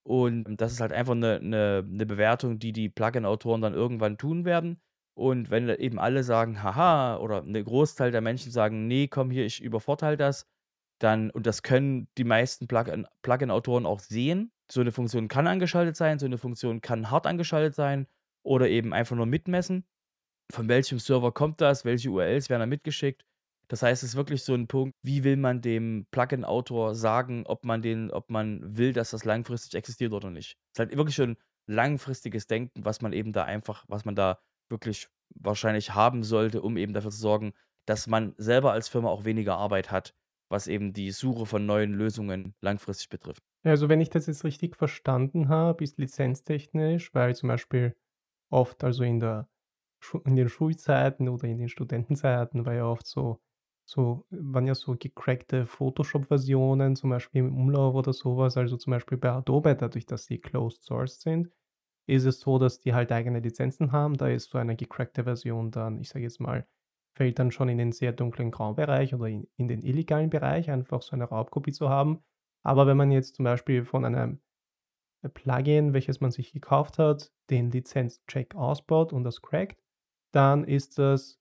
Und das ist halt einfach 'ne 'ne 'ne Bewertung, die die Plugin-Autoren dann irgendwann tun werden. Und wenn da eben alle sagen: „Haha“, oder 'ne Großteil der Menschen sagen: „Ne, komm hier, ich übervorteile das“, dann und das können die meisten Plugin Plugin-Autoren auch sehen. So 'ne Funktion kann angeschaltet sein, so 'ne Funktion kann hart angeschaltet sein oder eben einfach nur mitmessen. Von welchem Server kommt das? Welche U R Ls werden da mitgeschickt? Das heißt, es ist wirklich so 'n Punkt, wie will man dem Plugin-Autor sagen, ob man den ob man will, dass das langfristig existiert oder nicht. Ist halt wirklich so 'n langfristiges Denken, was man eben da einfach was man da wirklich wahrscheinlich haben sollte, um eben dafür zu sorgen, dass man selber als Firma auch weniger Arbeit hat, was eben die Suche von neuen Lösungen langfristig betrifft. Ja, also wenn ich das jetzt richtig verstanden habe, ist lizenztechnisch, weil zum Beispiel oft, also in der Schu in den Schulzeiten oder in den Studentenzeiten war ja oft so so waren ja so gecrackte Photoshop-Versionen, zum Beispiel im Umlauf oder sowas. Also, zum Beispiel bei Adobe, dadurch, dass die closed sourced sind, ist es so, dass die halt eigene Lizenzen haben. Da ist so eine gecrackte Version dann, ich sage jetzt mal, fällt dann schon in den sehr dunklen Graubereich oder in in den illegalen Bereich, einfach so eine Raubkopie zu haben. Aber wenn man jetzt zum Beispiel von einem äh, Plugin, welches man sich gekauft hat, den Lizenzcheck ausbaut und das crackt, dann ist das,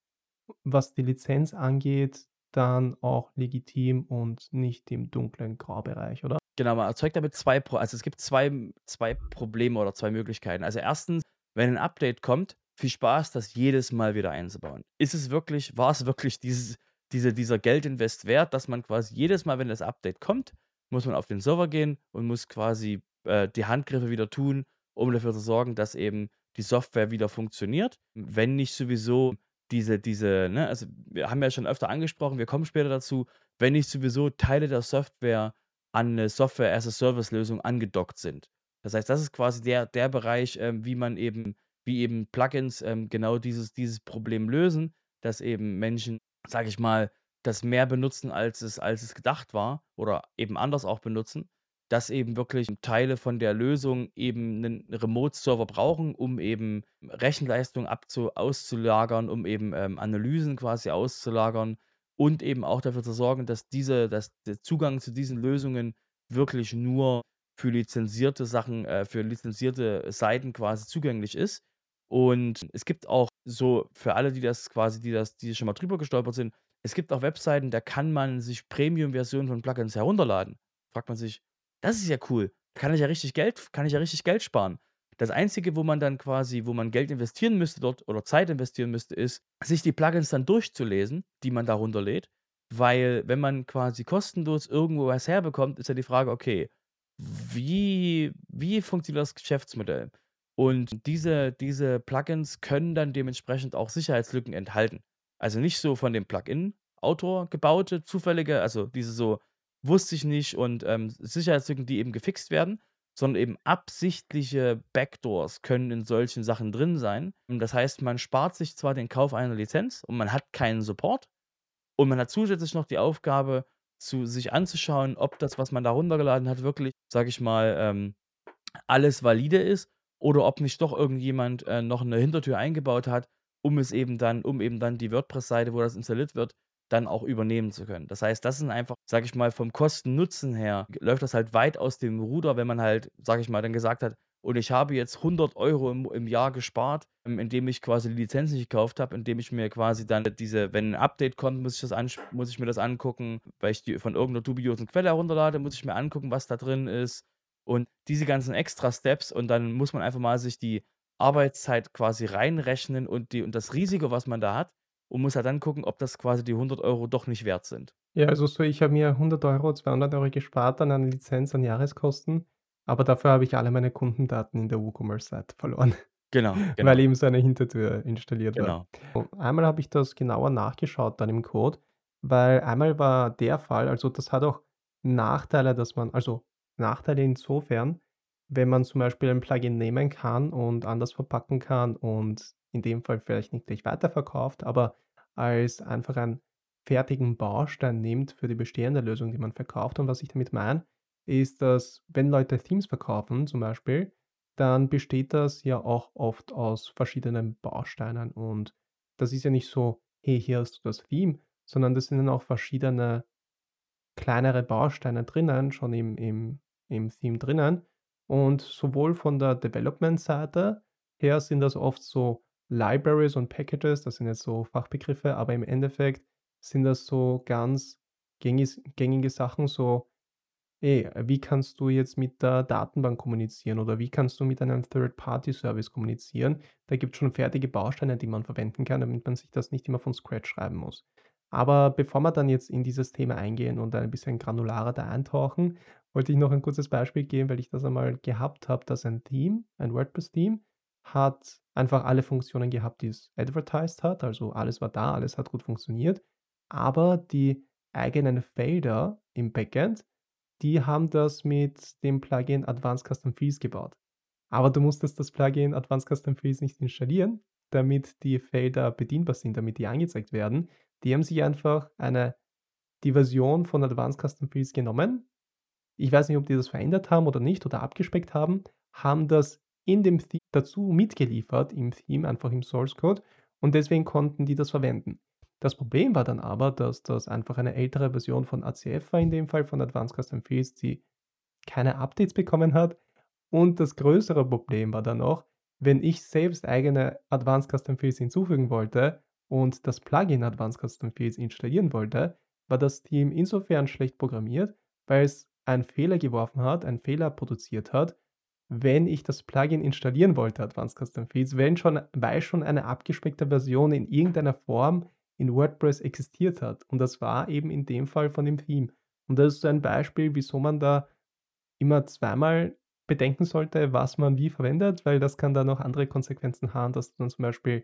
was die Lizenz angeht, dann auch legitim und nicht im dunklen Graubereich, oder? Genau, man erzeugt damit zwei Pro also, es gibt zwei zwei Probleme oder zwei Möglichkeiten. Also, erstens, wenn ein Update kommt, viel Spaß, das jedes Mal wieder einzubauen. Ist es wirklich war es wirklich dieses diese dieser Geldinvest wert, dass man quasi jedes Mal, wenn das Update kommt, muss man auf den Server gehen und muss quasi, äh, die Handgriffe wieder tun, um dafür zu sorgen, dass eben die Software wieder funktioniert. Wenn nicht sowieso diese diese ne, also, wir haben ja schon öfter angesprochen, wir kommen später dazu, wenn nicht sowieso Teile der Software an 'ne Software-as-a-Service-Lösung angedockt sind. Das heißt, das ist quasi der der Bereich, ähm, wie man eben wie eben Plugins, ähm, genau dieses dieses Problem lösen, dass eben Menschen, sage ich mal, das mehr benutzen, als es als es gedacht war oder eben anders auch benutzen, dass eben wirklich Teile von der Lösung eben 'nen Remote-Server brauchen, um eben Rechenleistung abzu auszulagern, um eben, ähm, Analysen quasi auszulagern und eben auch dafür zu sorgen, dass diese dass der Zugang zu diesen Lösungen wirklich nur für lizenzierte Sachen äh, für lizenzierte Seiten quasi zugänglich ist. Und es gibt auch so für alle, die das quasi die das die schon mal drüber gestolpert sind, es gibt auch Webseiten, da kann man sich Premium-Versionen von Plugins herunterladen. Fragt man sich: „Das ist ja cool. Kann ich ja richtig Geld kann ich ja richtig Geld sparen.“ Das Einzige, wo man dann quasi wo man Geld investieren müsste dort oder Zeit investieren müsste, ist, sich die Plugins dann durchzulesen, die man da runterlädt, weil wenn man quasi kostenlos irgendwo was herbekommt, ist ja die Frage: „Okay, wie wie funktioniert das Geschäftsmodell?“ Und diese diese Plugins können dann dementsprechend auch Sicherheitslücken enthalten. Also, nicht so von dem Plugin-Autor gebaute, zufällige also, diese so „wusste ich nicht“ und, ähm, Sicherheitslücken, die eben gefixt werden, sondern eben absichtliche Backdoors können in solchen Sachen drin sein. Und das heißt, man spart sich zwar den Kauf einer Lizenz und man hat keinen Support und man hat zusätzlich noch die Aufgabe, zu sich anzuschauen, ob das, was man da runtergeladen hat, wirklich, sage ich mal, ähm, alles valide ist oder ob nicht doch irgendjemand, äh, noch 'ne Hintertür eingebaut hat, um es eben dann um eben dann die WordPress-Seite, wo das installiert wird, dann auch übernehmen zu können. Das heißt, das sind einfach, sage ich mal, vom Kosten-Nutzen her g läuft das halt weit aus dem Ruder, wenn man halt, sage ich mal, dann gesagt hat: „Und ich habe jetzt hundert Euro im im Jahr gespart, ähm, indem ich quasi die Lizenz nicht gekauft habe, indem ich mir quasi dann diese wenn 'n Update kommt, muss ich das ansch muss ich mir das angucken, weil ich die von irgend 'ner dubiosen Quelle herunterlade, muss ich mir angucken, was da drin ist.“ Und diese ganzen Extra-Steps und dann muss man einfach mal sich die Arbeitszeit quasi reinrechnen und die und das Risiko, was man da hat und muss halt dann gucken, ob das quasi die hundert Euro doch nicht wert sind. Ja, also so, ich habe mir hundert Euro, zweihundert Euro gespart an einer Lizenz an Jahreskosten, aber dafür habe ich alle meine Kundendaten in der WooCommerce-Seite verloren, Genau, weil genau, eben so eine Hintertür installiert war. genau. Und einmal habe ich das genauer nachgeschaut dann im Code, weil einmal war der Fall, also das hat auch Nachteile, dass man also Nachteile insofern, wenn man zum Beispiel ein Plugin nehmen kann und anders verpacken kann und in dem Fall vielleicht nicht gleich weiterverkauft, aber als einfach ein fertigen Baustein nimmt für die bestehende Lösung, die man verkauft. Und was ich damit meine, ist, dass wenn Leute Themes verkaufen zum Beispiel, dann besteht das ja auch oft aus verschiedenen Bausteinen. Und das ist ja nicht so: „Hey, hier hast du das Theme“, sondern das sind dann auch verschiedene kleinere Bausteine drinnen, schon im im im Theme drinnen. Und sowohl von der Development-Seite her sind das oft so Libraries und Packages, das sind jetzt so Fachbegriffe, aber im Endeffekt sind das so ganz gängis gängige Sachen, so: Ey, wie kannst du jetzt mit der Datenbank kommunizieren oder wie kannst du mit einem Third-Party-Service kommunizieren? Da gibt's schon fertige Bausteine, die man verwenden kann, damit man sich das nicht immer von Scratch schreiben muss. Aber bevor wir dann jetzt in dieses Thema eingehen und ein bisschen granularer da eintauchen, wollte ich noch ein kurzes Beispiel geben, weil ich das einmal gehabt habe, dass ein Theme, ein WordPress-Theme, hat einfach alle Funktionen gehabt, die es advertised hat. Also alles war da, alles hat gut funktioniert. Aber die eigenen Felder im Backend, die haben das mit dem Plugin Advanced Custom Fields gebaut. aber du musstest das Plugin Advanced Custom Fields nicht installieren, damit die Felder bedienbar sind, damit die angezeigt werden. Die haben sich einfach eine die Version von Advanced Custom Fields genommen. Ich weiß nicht, ob die das verändert haben oder nicht oder abgespeckt haben, haben das in dem Theme dazu mitgeliefert, im Theme, einfach im Source Code, und deswegen konnten die das verwenden. Das Problem war dann aber, dass das einfach eine ältere Version von A C F war, in dem Fall von Advanced Custom Fields, die keine Updates bekommen hat. Und das größere Problem war dann noch, wenn ich selbst eigene Advanced Custom Fields hinzufügen wollte und das Plugin Advanced Custom Fields installieren wollte, war das Team insofern schlecht programmiert, weil es einen Fehler geworfen hat, einen Fehler produziert hat, wenn ich das Plugin installieren wollte, Advanced Custom Fields, wenn schon, weil schon eine abgespeckte Version in irgendeiner Form in WordPress existiert hat. Und das war eben in dem Fall von dem Theme. Und das ist so ein Beispiel, wieso man da immer zweimal bedenken sollte, was man wie verwendet, weil das kann dann auch andere Konsequenzen haben, dass du dann zum Beispiel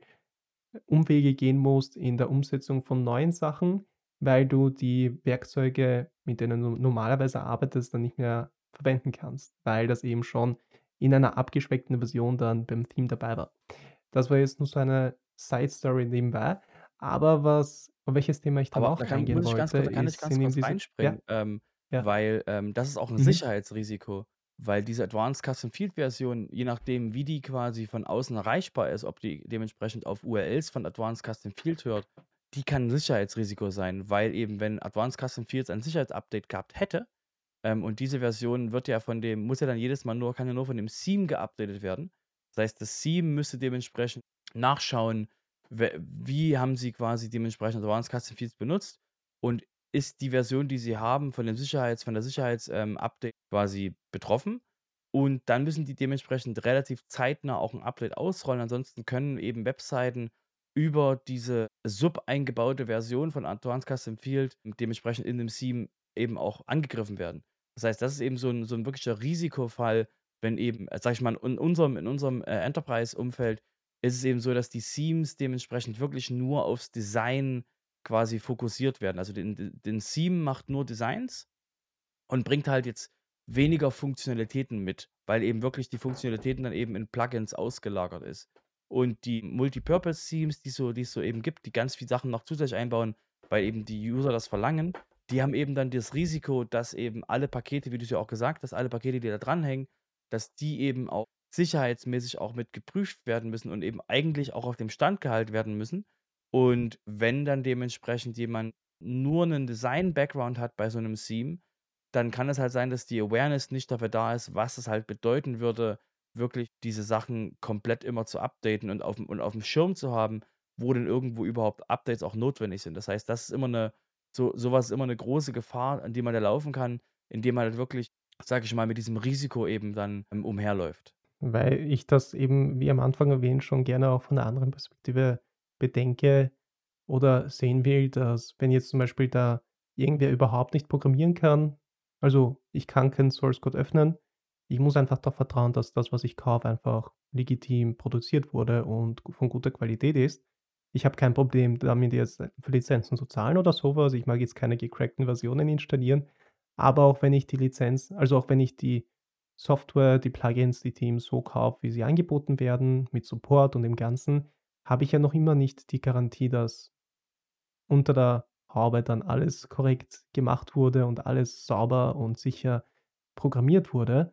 Umwege gehen musst in der Umsetzung von neuen Sachen, weil du die Werkzeuge, mit denen du normalerweise arbeitest, dann nicht mehr verwenden kannst, weil das eben schon in einer abgespeckten Version dann beim Theme dabei war. Das war jetzt nur so eine Side-Story nebenbei, aber was auf welches Thema ich dann Aber auch da kann eingehen muss ich ganz wollte, kurz da kann ich ist ganz sind eben kurz diese ja, reinspringen, ähm, ja, weil, ähm, das ist auch 'n mhm, Sicherheitsrisiko, weil diese Advanced Custom Field Version, je nachdem, wie die quasi von außen erreichbar ist, ob die dementsprechend auf U R Ls von Advanced Custom Field hört, die kann 'n Sicherheitsrisiko sein, weil eben, wenn Advanced Custom Fields ein Sicherheitsupdate gehabt hätte, ähm, und diese Version wird ja von dem muss ja dann jedes Mal nur kann ja nur von dem Theme geupdatet werden. Das heißt, das Theme müsste dementsprechend nachschauen, we wie haben sie quasi dementsprechend Advanced Custom Fields benutzt und ist die Version, die sie haben, von dem Sicherheits von der Sicherheits ähm, Update quasi betroffen. Und dann müssen die dementsprechend relativ zeitnah auch 'n Update ausrollen. Ansonsten können eben Webseiten über diese sub eingebaute Version von Advanced Custom Field dementsprechend in dem Theme eben auch angegriffen werden. Das heißt, das ist eben so 'n so 'n wirklicher Risikofall, wenn eben, äh, sage ich mal, in unserem in unserem, äh, Enterprise-Umfeld ist es eben so, dass die Themes dementsprechend wirklich nur aufs Design quasi fokussiert werden. Also, den den den Theme macht nur Designs und bringt halt jetzt weniger Funktionalitäten mit, weil eben wirklich die Funktionalitäten dann eben in Plugins ausgelagert ist. Und die Multipurpose-Themes, die so die es so eben gibt, die ganz viel Sachen noch zusätzlich einbauen, weil eben die User das verlangen, die haben eben dann das Risiko, dass eben alle Pakete, wie du's ja auch gesagt hast, alle Pakete, die da dranhängen, dass die eben auch sicherheitsmäßig auch mit geprüft werden müssen und eben eigentlich auch auf dem Stand gehalten werden müssen. Und wenn dann dementsprechend jemand nur 'nen Design-Background hat bei so 'nem Theme, dann kann es halt sein, dass die Awareness nicht dafür da ist, was es halt bedeuten würde, wirklich diese Sachen komplett immer zu updaten und aufm und aufm Schirm zu haben, wo denn irgendwo überhaupt Updates auch notwendig sind. Das heißt, das ist immer 'ne so so was ist immer 'ne große Gefahr, an die man da laufen kann, indem man halt wirklich, sage ich mal, mit diesem Risiko eben dann, ähm, umherläuft. weil ich das eben, wie am Anfang erwähnt, schon gerne auch von 'ner anderen Perspektive bedenke oder sehen will, dass wenn jetzt zum Beispiel da irgendwer überhaupt nicht programmieren kann, also ich kann keinen Source Code öffnen, ich muss einfach darauf vertrauen, dass das, was ich kaufe, einfach legitim produziert wurde und gu von guter Qualität ist. Ich habe kein Problem damit, jetzt für Lizenzen zu zahlen oder so was. Ich mag jetzt keine gecrackten Versionen installieren, aber auch wenn ich die Lizenz also auch wenn ich die Software, die Plugins, die Themes so kaufe, wie sie angeboten werden, mit Support und dem Ganzen, habe ich ja noch immer nicht die Garantie, dass unter der Haube dann alles korrekt gemacht wurde und alles sauber und sicher programmiert wurde.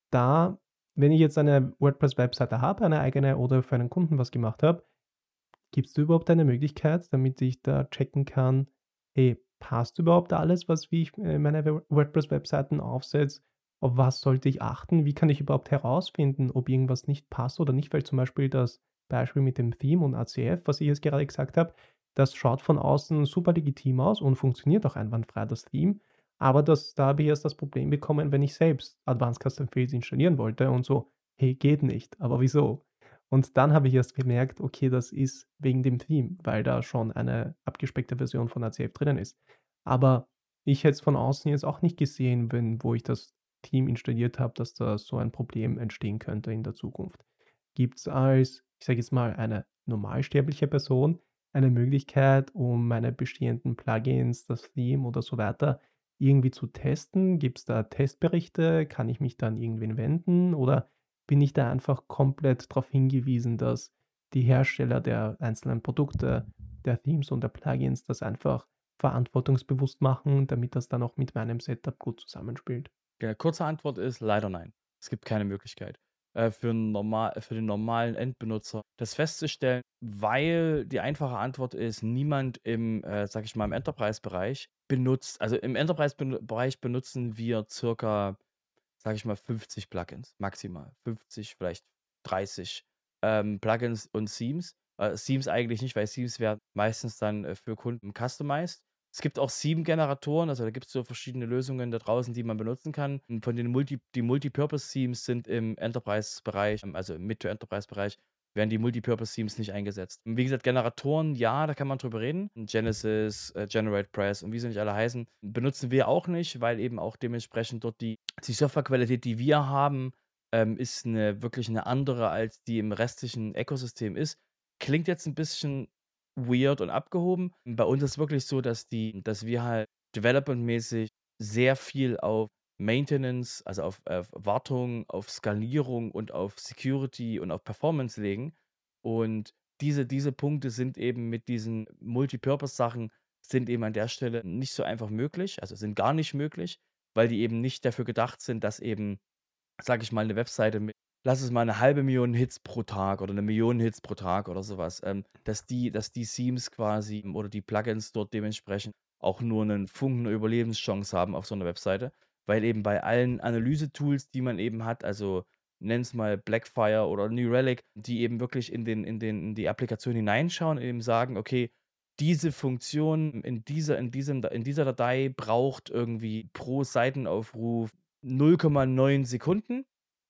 Da wenn ich jetzt eine WordPress-Webseite habe, eine eigene oder für einen Kunden was gemacht habe, gibt's da überhaupt eine Möglichkeit, damit ich da checken kann: „Hey, passt überhaupt alles, was wie ich, äh, meine We WordPress-Webseiten aufsetze? Auf was sollte ich achten? Wie kann ich überhaupt herausfinden, ob irgendwas nicht passt oder nicht?“ Weil zum Beispiel das Beispiel mit dem Theme und A C F, was ich jetzt gerade gesagt habe, das schaut von außen super legitim aus und funktioniert auch einwandfrei, das Theme. Aber das da habe ich erst das Problem bekommen, wenn ich selbst Advanced Custom Fields installieren wollte und so: „Hey, geht nicht. Aber wieso?“ Und dann habe ich erst gemerkt, okay, das ist wegen dem Theme, weil da schon eine abgespeckte Version von A C F drinnen ist. Aber ich hätte es von außen jetzt auch nicht gesehen, wenn wo ich das Theme installiert habe, dass da so ein Problem entstehen könnte in der Zukunft. Gibt es als, ich sage jetzt mal, eine normalsterbliche Person eine Möglichkeit, um meine bestehenden Plugins, das Theme oder so weiter irgendwie zu testen? Gibt es da Testberichte? Kann ich mich da an irgendwen wenden? Oder bin ich da einfach komplett darauf hingewiesen, dass die Hersteller der einzelnen Produkte, der Themes und der Plugins das einfach verantwortungsbewusst machen, damit das dann auch mit meinem Setup gut zusammenspielt? Ja, kurze Antwort ist leider nein. Es gibt keine Möglichkeit, äh, für 'n normal für den normalen Endbenutzer das festzustellen, weil die einfache Antwort ist, niemand im, äh, sage ich mal, im Enterprise-Bereich benutzt also, im Enterprise-Bereich benutzen wir circa, sage ich mal, fünfzig Plugins, maximal. fünfzig, vielleicht dreißig, ähm, Plugins und Themes. Äh, Themes eigentlich nicht, weil Themes werden meistens dann, äh, für Kunden customized. Es gibt auch Theme-Generatoren, also da gibt's so verschiedene Lösungen da draußen, die man benutzen kann. Und von den Multi die Multipurpose-Themes sind im Enterprise-Bereich, ähm, also im Mid-to-Enterprise-Bereich, werden die Multipurpose-Themes nicht eingesetzt. Und wie gesagt, Generatoren, ja, da kann man drüber reden. Genesis, äh, GeneratePress und wie sie nicht alle heißen, benutzen wir auch nicht, weil eben auch dementsprechend dort die die Softwarequalität, die wir haben, ähm, ist 'ne wirklich 'ne andere, als die im restlichen Ökosystem ist. Klingt jetzt 'n bisschen weird und abgehoben. Bei uns ist wirklich so, dass die dass wir halt developmentmäßig sehr viel auf Maintenance, also auf auf Wartung, auf Skalierung und auf Security und auf Performance legen. Und diese diese Punkte sind eben mit diesen Multipurpose-Sachen sind eben an der Stelle nicht so einfach möglich, also sind gar nicht möglich, weil die eben nicht dafür gedacht sind, dass eben, sage ich mal, 'ne Webseite mit, lass es mal 'ne halbe Million Hits pro Tag oder 'ne Million Hits pro Tag oder so was, ähm, dass die dass die Themes quasi oder die Plugins dort dementsprechend auch nur 'nen Funken 'ne Überlebenschance haben auf so 'ner Webseite, weil eben bei allen Analyse-Tools, die man eben hat, also nenn's mal Blackfire oder New Relic, die eben wirklich in den in den in die Applikation hineinschauen und eben sagen: „Okay, diese Funktion in dieser in diesem in dieser Datei braucht irgendwie pro Seitenaufruf null Komma neun Sekunden.“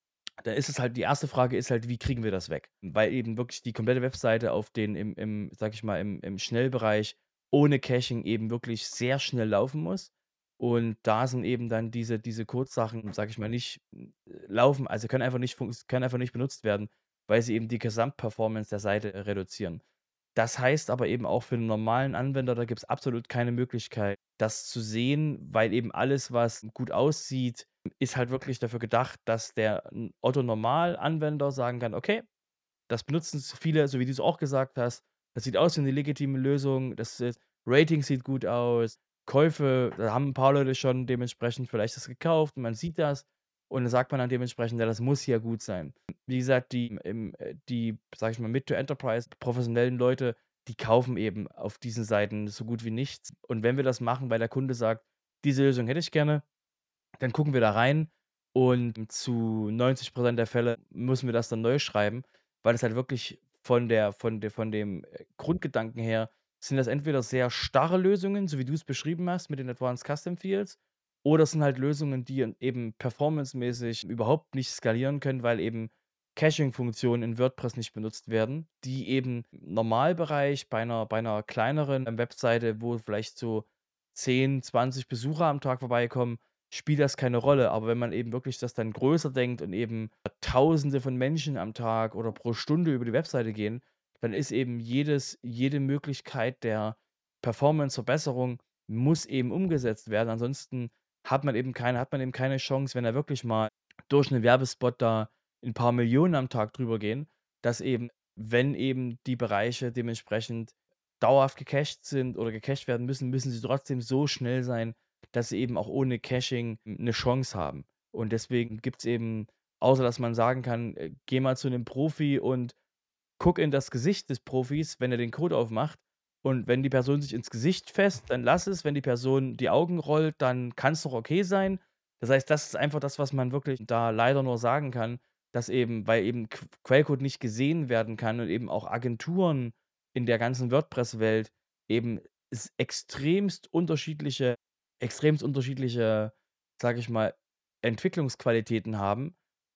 Da ist es halt die erste Frage ist halt: Wie kriegen wir das weg? Weil eben wirklich die komplette Webseite auf den im im, sage ich mal, im im Schnellbereich ohne Caching eben wirklich sehr schnell laufen muss. Und da sind eben dann diese diese Codesachen, sage ich mal, nicht äh, laufen also können einfach nicht funks können einfach nicht benutzt werden, weil sie eben die Gesamtperformance der Seite reduzieren. Das heißt aber eben auch für 'n normalen Anwender, da gibt's absolut keine Möglichkeit, das zu sehen, weil eben alles, was gut aussieht, ist halt wirklich dafür gedacht, dass der n Otto-Normal-Anwender sagen kann: „Okay, das benutzen s viele, so wie du's auch gesagt hast. Das sieht aus wie 'ne legitime Lösung. Das ist Rating sieht gut aus. Käufe, da haben 'n paar Leute schon dementsprechend vielleicht das gekauft und man sieht das.“ Und dann sagt man dann dementsprechend: „Ja, das muss ja gut sein.“ Wie gesagt, die im äh, die, sage ich mal, Mid-to-Enterprise professionellen Leute, die kaufen eben auf diesen Seiten so gut wie nichts. Und wenn wir das machen, weil der Kunde sagt: „Diese Lösung hätte ich gerne“, dann gucken wir da rein und zu neunzig Prozent der Fälle müssen wir das dann neu schreiben, weil es halt wirklich von der von de von dem, äh, Grundgedanken her sind das entweder sehr starre Lösungen, so wie du's beschrieben hast mit den Advanced Custom Fields, oder es sind halt Lösungen, die en eben performancemäßig überhaupt nicht skalieren können, weil eben Caching-Funktionen in WordPress nicht benutzt werden, die eben im Normalbereich bei 'ner bei 'ner kleineren, ähm, Webseite, wo vielleicht so zehn, zwanzig Besucher am Tag vorbeikommen, spielt das keine Rolle. Aber wenn man eben wirklich das dann größer denkt und eben Tausende von Menschen am Tag oder pro Stunde über die Webseite gehen, dann ist eben jedes jede Möglichkeit der Performance-Verbesserung muss eben umgesetzt werden. Ansonsten hat man eben keine hat man eben keine Chance, wenn da wirklich mal durch 'nen Werbespot da 'n paar Millionen am Tag drüber gehen, dass eben wenn eben die Bereiche dementsprechend dauerhaft gecached sind oder gecached werden müssen, müssen sie trotzdem so schnell sein, dass sie eben auch ohne Caching 'ne Chance haben. Und deswegen gibt's eben außer dass man sagen kann: „Äh, geh mal zu 'nem Profi und guck in das Gesicht des Profis, wenn er den Code aufmacht. Und wenn die Person sich ins Gesicht fasst, dann lass es. Wenn die Person die Augen rollt, dann kann's noch okay sein.“ Das heißt, das ist einfach das, was man wirklich da leider nur sagen kann, dass eben weil eben Q Quellcode nicht gesehen werden kann und eben auch Agenturen in der ganzen WordPress-Welt eben s extremst unterschiedliche extremst unterschiedliche, sage ich mal, Entwicklungsqualitäten haben.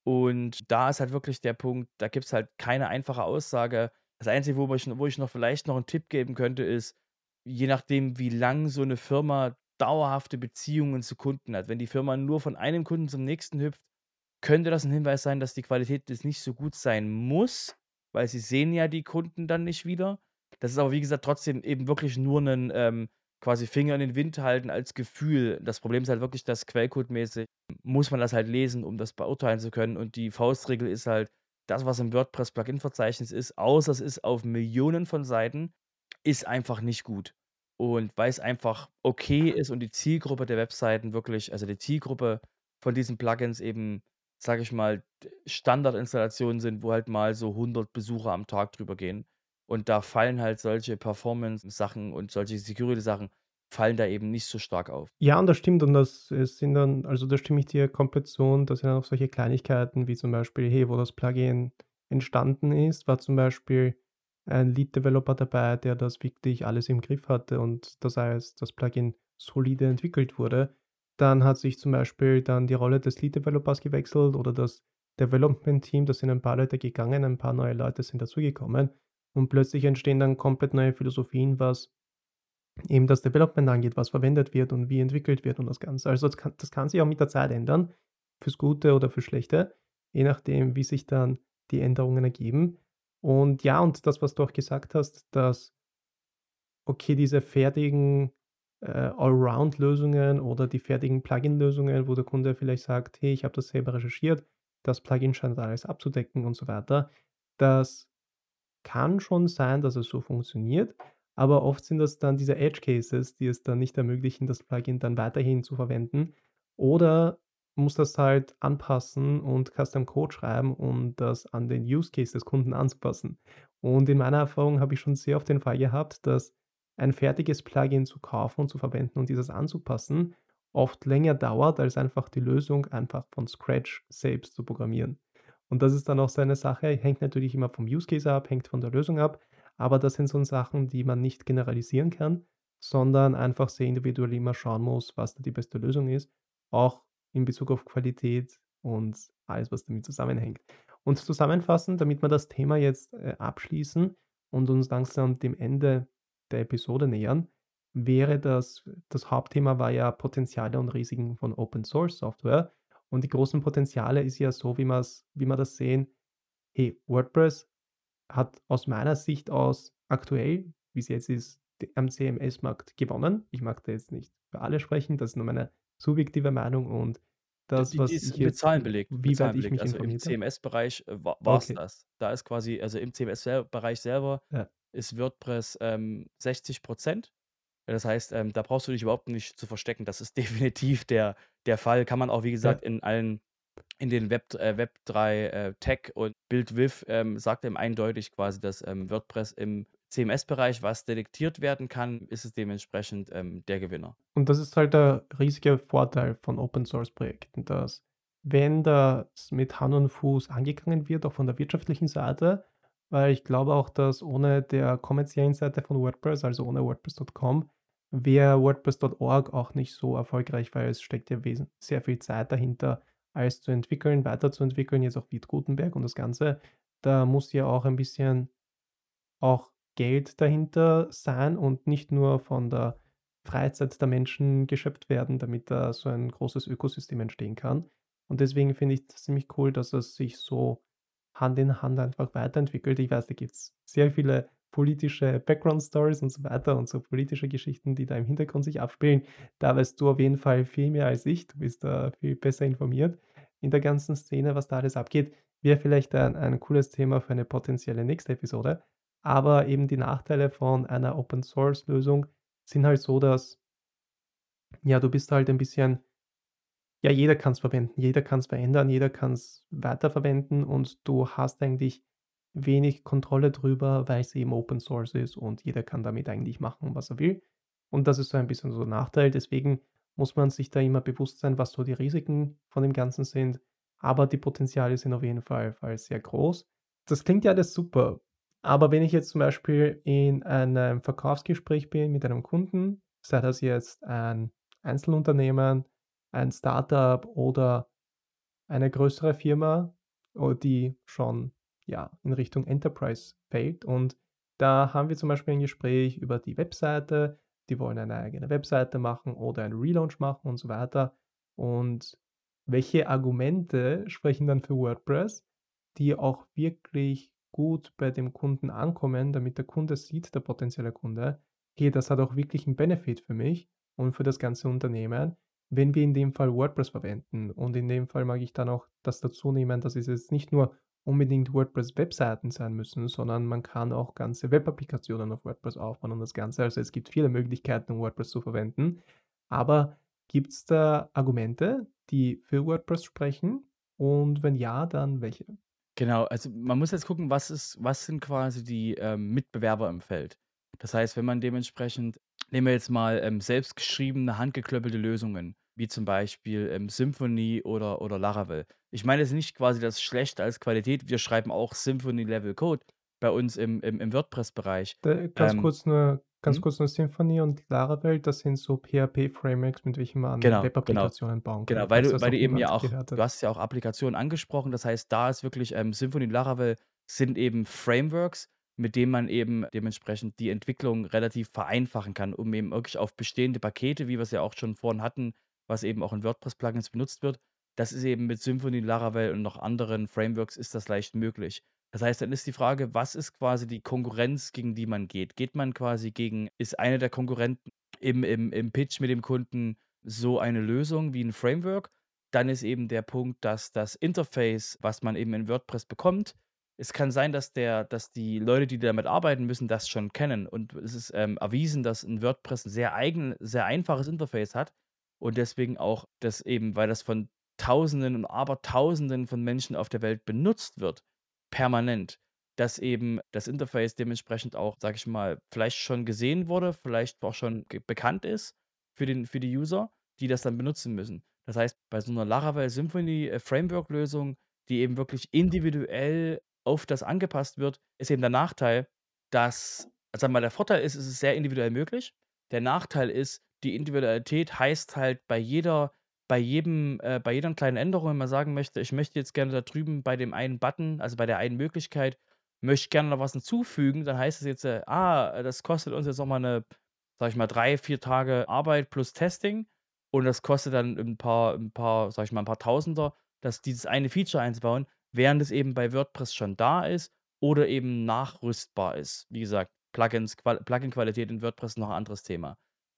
Und da ist halt wirklich der Punkt, da gibt's halt keine einfache Aussage. Das Einzige, wo ich wo ich noch vielleicht noch 'n Tipp geben könnte, ist, je nachdem, wie lang so 'ne Firma dauerhafte Beziehungen zu Kunden hat. Wenn die Firma nur von einem Kunden zum nächsten hüpft, könnte das 'n Hinweis sein, dass die Qualität jetzt nicht so gut sein muss, weil sie sehen ja die Kunden dann nicht wieder. Das ist aber, wie gesagt, trotzdem eben wirklich nur 'nen, ähm quasi Finger in den Wind halten als Gefühl. Das Problem ist halt wirklich, dass quellcodemäßig muss man das halt lesen, um das beurteilen zu können. Und die Faustregel ist halt, das, was im WordPress-Plugin-Verzeichnis ist, außer es ist auf Millionen von Seiten, ist einfach nicht gut. Und weil es einfach okay ist und die Zielgruppe der Webseiten wirklich also die Zielgruppe von diesen Plugins eben, sage ich mal, d Standardinstallationen sind, wo halt mal so hundert Besucher am Tag drüber gehen. Und da fallen halt solche Performance-Sachen und solche Security-Sachen fallen da eben nicht so stark auf. Ja, und das stimmt und das es sind dann also, da stimme ich dir komplett zu und das sind dann auch solche Kleinigkeiten wie zum Beispiel, hey, wo das Plugin entstanden ist, war zum Beispiel ein Lead-Developer dabei, der das wirklich alles im Griff hatte und das heißt, das Plugin solide entwickelt wurde. Dann hat sich zum Beispiel dann die Rolle des Lead-Developers gewechselt oder das Development-Team, da sind ein paar Leute gegangen, ein paar neue Leute sind dazugekommen und plötzlich entstehen dann komplett neue Philosophien, was eben das Development angeht, was verwendet wird und wie entwickelt wird und das Ganze. Also, das kann das kann sich auch mit der Zeit ändern, fürs Gute oder fürs Schlechte, je nachdem, wie sich dann die Änderungen ergeben. Und ja, und das, was du auch gesagt hast, dass, okay, diese fertigen, äh, Allround-Lösungen oder die fertigen Plugin-Lösungen, wo der Kunde vielleicht sagt: „Hey, ich habe das selber recherchiert, das Plugin scheint alles abzudecken“ und so weiter. Das kann schon sein, dass es so funktioniert, aber oft sind das dann diese Edge Cases, die es dann nicht ermöglichen, das Plugin dann weiterhin zu verwenden. Oder muss das halt anpassen und Custom Code schreiben, um das an den Use Case des Kunden anzupassen. Und in meiner Erfahrung habe ich schon sehr oft den Fall gehabt, dass ein fertiges Plugin zu kaufen und zu verwenden und dieses anzupassen oft länger dauert, als einfach die Lösung einfach von Scratch selbst zu programmieren. Und das ist dann auch so eine Sache, hängt natürlich immer vom Use Case ab, hängt von der Lösung ab, aber das sind so Sachen, die man nicht generalisieren kann, sondern einfach sehr individuell immer schauen muss, was da die beste Lösung ist, auch in Bezug auf Qualität und alles, was damit zusammenhängt. Und zusammenfassend, damit wir das Thema jetzt, äh, abschließen und uns langsam dem Ende der Episode nähern, wäre das das Hauptthema war ja Potenziale und Risiken von Open Source Software. Und die großen Potenziale ist ja so, wie wir's wie wir das sehen, hey, WordPress hat aus meiner Sicht aus aktuell, wie es jetzt ist, d am C M S-Markt gewonnen. Ich mag da jetzt nicht für alle sprechen, das ist nur meine subjektive Meinung und D das, die die was ist ich mit jetzt Zahlen belegt mit wie weit Zahlen ich belegt. mich Also, im informiert habe. C M S-Bereich, äh, wa war's Okay, das. Da ist quasi also, im C M S sel Bereich selber ja. ist WordPress, ähm, sechzig. Das heißt, ähm, da brauchst du dich überhaupt nicht zu verstecken. Das ist definitiv der der Fall. Kann man auch, wie Ja. gesagt, in allen in den Web äh, Web drei, äh, Tech und BuildWith, ähm, sagt einem eindeutig quasi, dass, ähm, WordPress im C M S-Bereich, was detektiert werden kann, ist es dementsprechend, ähm, der Gewinner. Und das ist halt der riesige Vorteil von Open-Source-Projekten, dass wenn das mit Hand und Fuß angegangen wird, auch von der wirtschaftlichen Seite, weil ich glaube auch, dass ohne der kommerziellen Seite von WordPress, also ohne WordPress Punkt com, wäre WordPress Punkt org auch nicht so erfolgreich, weil es steckt ja wesen sehr viel Zeit dahinter, alles zu entwickeln, weiterzuentwickeln, jetzt auch wie Gutenberg und das Ganze. Da muss ja auch ein bisschen auch Geld dahinter sein und nicht nur von der Freizeit der Menschen geschöpft werden, damit da so ein großes Ökosystem entstehen kann. Und deswegen finde ich das ziemlich cool, dass es sich so Hand in Hand einfach weiterentwickelt. Ich weiß, da gibt es sehr viele politische Background Stories und so weiter und so politische Geschichten, die da im Hintergrund sich abspielen. Da weißt du auf jeden Fall viel mehr als ich. Du bist da viel besser informiert in der ganzen Szene, was da alles abgeht. Wäre vielleicht ein, ein cooles Thema für eine potenzielle nächste Episode. Aber eben die Nachteile von einer Open-Source-Lösung sind halt so, dass, ja, du bist halt ein bisschen ja, jeder kann es verwenden, jeder kann es verändern, jeder kann es weiterverwenden und du hast eigentlich wenig Kontrolle drüber, weil es eben Open Source ist und jeder kann damit eigentlich machen, was er will. Und das ist so ein bisschen so 'n Nachteil. Deswegen muss man sich da immer bewusst sein, was so die Risiken von dem Ganzen sind, aber die Potenziale sind auf jeden Fall Fall sehr groß. Das klingt ja alles super, aber wenn ich jetzt zum Beispiel in einem Verkaufsgespräch bin mit einem Kunden, sei das jetzt ein Einzelunternehmen, ein Startup oder eine größere Firma, oh, die schon, ja, in Richtung Enterprise fällt. Und da haben wir zum Beispiel ein Gespräch über die Webseite. Die wollen eine eigene Webseite machen oder einen Relaunch machen und so weiter. Und welche Argumente sprechen dann für WordPress, die auch wirklich gut bei dem Kunden ankommen, damit der Kunde sieht, der potenzielle Kunde, okay, das hat auch wirklich einen Benefit für mich und für das ganze Unternehmen, wenn wir in dem Fall WordPress verwenden. Und in dem Fall mag ich dann auch das dazu nehmen, dass es jetzt nicht nur unbedingt WordPress-Webseiten sein müssen, sondern man kann auch ganze Web-Applikationen auf WordPress aufbauen und das Ganze. Also, es gibt viele Möglichkeiten, um WordPress zu verwenden. Aber gibt es da Argumente, die für WordPress sprechen? Und wenn ja, dann welche? Genau, also man muss jetzt gucken, was ist was sind quasi die, ähm, Mitbewerber im Feld. Das heißt, wenn man dementsprechend nehmen wir jetzt mal, ähm, selbstgeschriebene, handgeklöppelte Lösungen, wie zum Beispiel, ähm, Symfony oder oder Laravel. Ich meine jetzt nicht quasi das schlecht als Qualität. Wir schreiben auch Symfony-Level-Code bei uns im im im WordPress-Bereich. Da ganz Ähm kurz nur ganz mhm, kurz nur Symfony und Laravel, das sind so P H P-Frameworks, mit welchen man genau, genau. Web-Applikationen bauen kann, Genau, weil falls du das weil du noch eben ja niemand auch gehört du hat. hast ja auch Applikationen angesprochen. Das heißt, da ist wirklich, ähm, Symfony und Laravel sind eben Frameworks, mit denen man eben dementsprechend die Entwicklung relativ vereinfachen kann, um eben wirklich auf bestehende Pakete, wie wir's ja auch schon vorhin hatten, was eben auch in WordPress-Plugins benutzt wird, das ist eben mit Symfony, Laravel und noch anderen Frameworks ist das leicht möglich. Das heißt, dann ist die Frage, was ist quasi die Konkurrenz, gegen die man geht? Geht man quasi gegen ist einer der Konkurrenten im im im Pitch mit dem Kunden so eine Lösung wie 'n Framework. Dann ist eben der Punkt, dass das Interface, was man eben in WordPress bekommt es kann sein, dass der dass die Leute, die damit arbeiten müssen, das schon kennen. Und es ist, ähm, erwiesen, dass 'n WordPress 'n sehr eigen sehr einfaches Interface hat und deswegen auch das eben, weil das von Tausenden und Abertausenden von Menschen auf der Welt benutzt wird, permanent, dass eben das Interface dementsprechend auch, sage ich mal, vielleicht schon gesehen wurde, vielleicht auch schon ge bekannt ist für den für die User, die das dann benutzen müssen. Das heißt, bei so 'ner Laravel Symfony, äh, Framework-Lösung, die eben wirklich individuell auf das angepasst wird, ist eben der Nachteil, dass sagen wir mal, der Vorteil ist, es ist sehr individuell möglich. Der Nachteil ist, die Individualität heißt halt bei jeder bei jedem äh, bei jeder kleinen Änderung, wenn man sagen möchte: „Ich möchte jetzt gerne da drüben bei dem einen Button, also bei der einen Möglichkeit möchte ich gerne noch was hinzufügen“, dann heißt es jetzt, äh: „Ah, das kostet uns jetzt noch mal 'ne, sage ich mal, drei, vier Tage Arbeit plus Testing und das kostet dann 'n paar 'n paar, sage ich mal, 'n paar Tausender, das dieses eine Feature einzubauen“, während es eben bei WordPress schon da ist oder eben nachrüstbar ist. Wie gesagt, Plugins Qual Plugin-Qualität in WordPress noch 'n anderes Thema.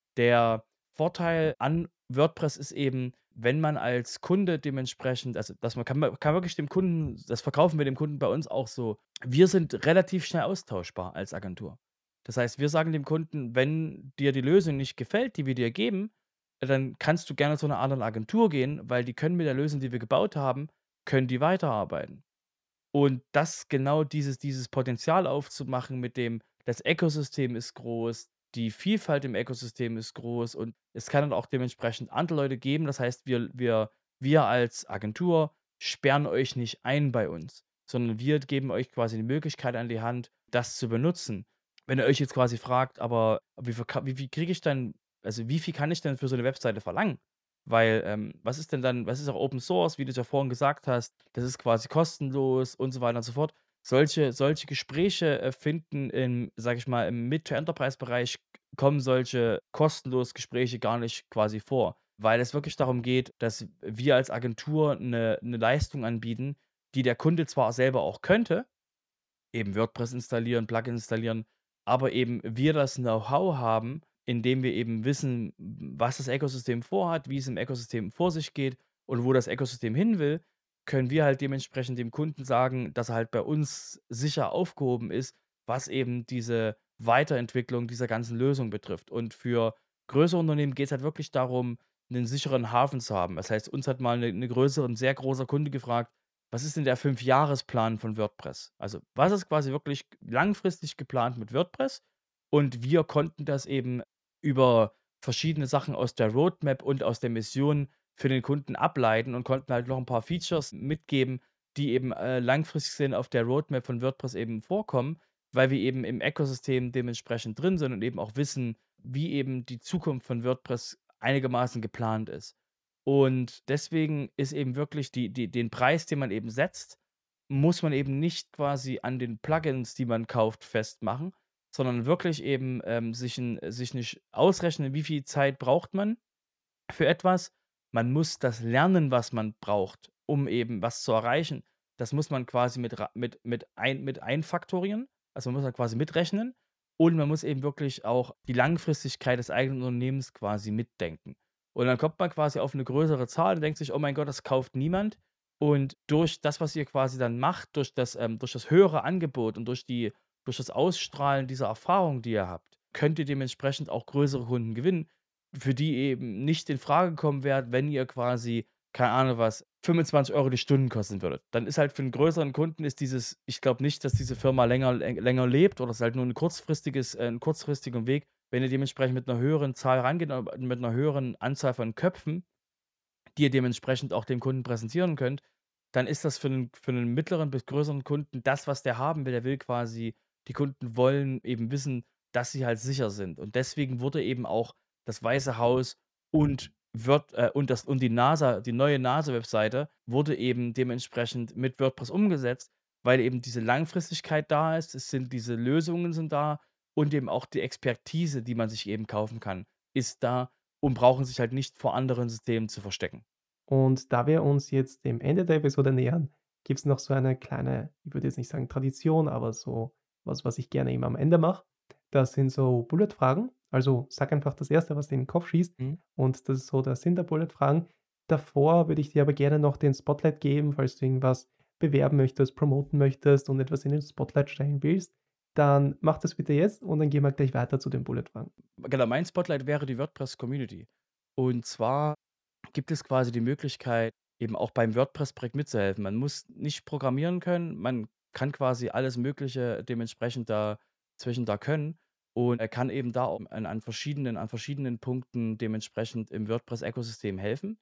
Der Vorteil an WordPress ist eben, wenn man als Kunde dementsprechend also, dass man kann man kann wirklich dem Kunden das verkaufen wir dem Kunden bei uns auch so. Wir sind relativ schnell austauschbar als Agentur. Das heißt, wir sagen dem Kunden: „Wenn dir die Lösung nicht gefällt, die wir dir geben, dann kannst du gerne zu 'ner anderen Agentur gehen, weil die können mit der Lösung, die wir gebaut haben können die weiterarbeiten.“ Und das genau dieses dieses Potenzial aufzumachen mit dem das Ökosystem ist groß, die Vielfalt im Ökosystem ist groß und es kann dann auch dementsprechend andere Leute geben. Das heißt, wir wir wir als Agentur sperren euch nicht ein bei uns, sondern wir geben euch quasi die Möglichkeit an die Hand, das zu benutzen. Wenn ihr euch jetzt quasi fragt: „Aber wie verka wie wie kriege ich denn also, wie viel kann ich denn für so 'ne Webseite verlangen?“ Weil, ähm, was ist denn dann was ist auch Open Source, wie du's ja vorhin gesagt hast, das ist quasi kostenlos und so weiter und so fort. Solche solche Gespräche, äh, finden im, sage ich mal, im Mid-to-Enterprise-Bereich kommen solche kostenlos Gespräche gar nicht quasi vor, weil es wirklich darum geht, dass wir als Agentur 'ne 'ne Leistung anbieten, die der Kunde zwar selber auch könnte, eben WordPress installieren, Plugin installieren, aber eben wir das Know-how haben, indem wir eben wissen, was das Ökosystem vorhat, wie es im Ökosystem vor sich geht und wo das Ökosystem hin will, können wir halt dementsprechend dem Kunden sagen, dass er halt bei uns sicher aufgehoben ist, was eben diese Weiterentwicklung dieser ganzen Lösung betrifft. Und für größere Unternehmen geht's halt wirklich darum, 'nen sicheren Hafen zu haben. Das heißt, uns hat mal 'ne 'ne größere 'n sehr großer Kunde gefragt: „Was ist denn der Fünfjahresplan von WordPress?“ Also, was ist quasi wirklich langfristig geplant mit WordPress? Und wir konnten das eben über verschiedene Sachen aus der Roadmap und aus der Mission für den Kunden ableiten und konnten halt noch 'n paar Features mitgeben, die eben, äh, langfristig gesehen auf der Roadmap von WordPress eben vorkommen, weil wir eben im Ökosystem dementsprechend drin sind und eben auch wissen, wie eben die Zukunft von WordPress einigermaßen geplant ist. Und deswegen ist eben wirklich die die den Preis, den man eben setzt, muss man eben nicht quasi an den Plugins, die man kauft, festmachen, sondern wirklich eben, ähm, sich 'n sich nicht ausrechnen, wie viel Zeit braucht man für etwas. Man muss das lernen, was man braucht, um eben was zu erreichen. Das muss man quasi mit ra mit mit ein mit einfaktorieren. Also, man muss halt quasi mitrechnen und man muss eben wirklich auch die Langfristigkeit des eigenen Unternehmens quasi mitdenken. Und dann kommt man quasi auf eine größere Zahl und denkt sich: „Oh mein Gott, das kauft niemand.“ Und durch das, was ihr quasi dann macht, durch das ähm, durch das höhere Angebot und durch die durch das Ausstrahlen dieser Erfahrung, die ihr habt, könnt ihr dementsprechend auch größere Kunden gewinnen, für die eben nicht in Frage kommen wärt, wenn ihr quasi, keine Ahnung was, fünfundzwanzig Euro die Stunden kosten würdet. Dann ist halt für 'n größeren Kunden ist dieses ich glaube nicht, dass diese Firma länger läng länger lebt oder es ist halt nur 'n kurzfristiges äh, 'n kurzfristiger Weg. Wenn ihr dementsprechend mit 'ner höheren Zahl rangeht, oder mit 'ner höheren Anzahl von Köpfen, die ihr dementsprechend auch dem Kunden präsentieren könnt, dann ist das für 'nen für 'nen mittleren bis größeren Kunden das, was der haben will. Der will quasi die Kunden wollen eben wissen, dass sie halt sicher sind. Und deswegen wurde eben auch das Weiße Haus und Word äh, und das und die NASA die neue NASA-Webseite wurde eben dementsprechend mit WordPress umgesetzt, weil eben diese Langfristigkeit da ist. Es sind diese Lösungen sind da und eben auch die Expertise, die man sich eben kaufen kann, ist da und brauchen sich halt nicht vor anderen Systemen zu verstecken. Und da wir uns jetzt dem Ende der Episode nähern, gibt es noch so eine kleine, ich würde jetzt nicht sagen Tradition, aber so was, was ich gerne immer am Ende mache. Das sind so Bullet-Fragen. Also sag einfach das Erste, was dir in den Kopf schießt. Mhm. Und das ist so der Sinn der Bullet-Fragen. Davor würde ich dir aber gerne noch den Spotlight geben, falls du irgendwas bewerben möchtest, promoten möchtest und etwas in den Spotlight stellen willst. Dann mach das bitte jetzt und dann gehen wir gleich weiter zu den Bullet-Fragen. Genau, mein Spotlight wäre die WordPress-Community. Und zwar gibt es quasi die Möglichkeit, eben auch beim WordPress-Projekt mitzuhelfen. Man muss nicht programmieren können, man kann quasi alles Mögliche dementsprechend da zwischen da können und er kann eben da auch an an verschiedenen an verschiedenen Punkten dementsprechend im WordPress-Ökosystem helfen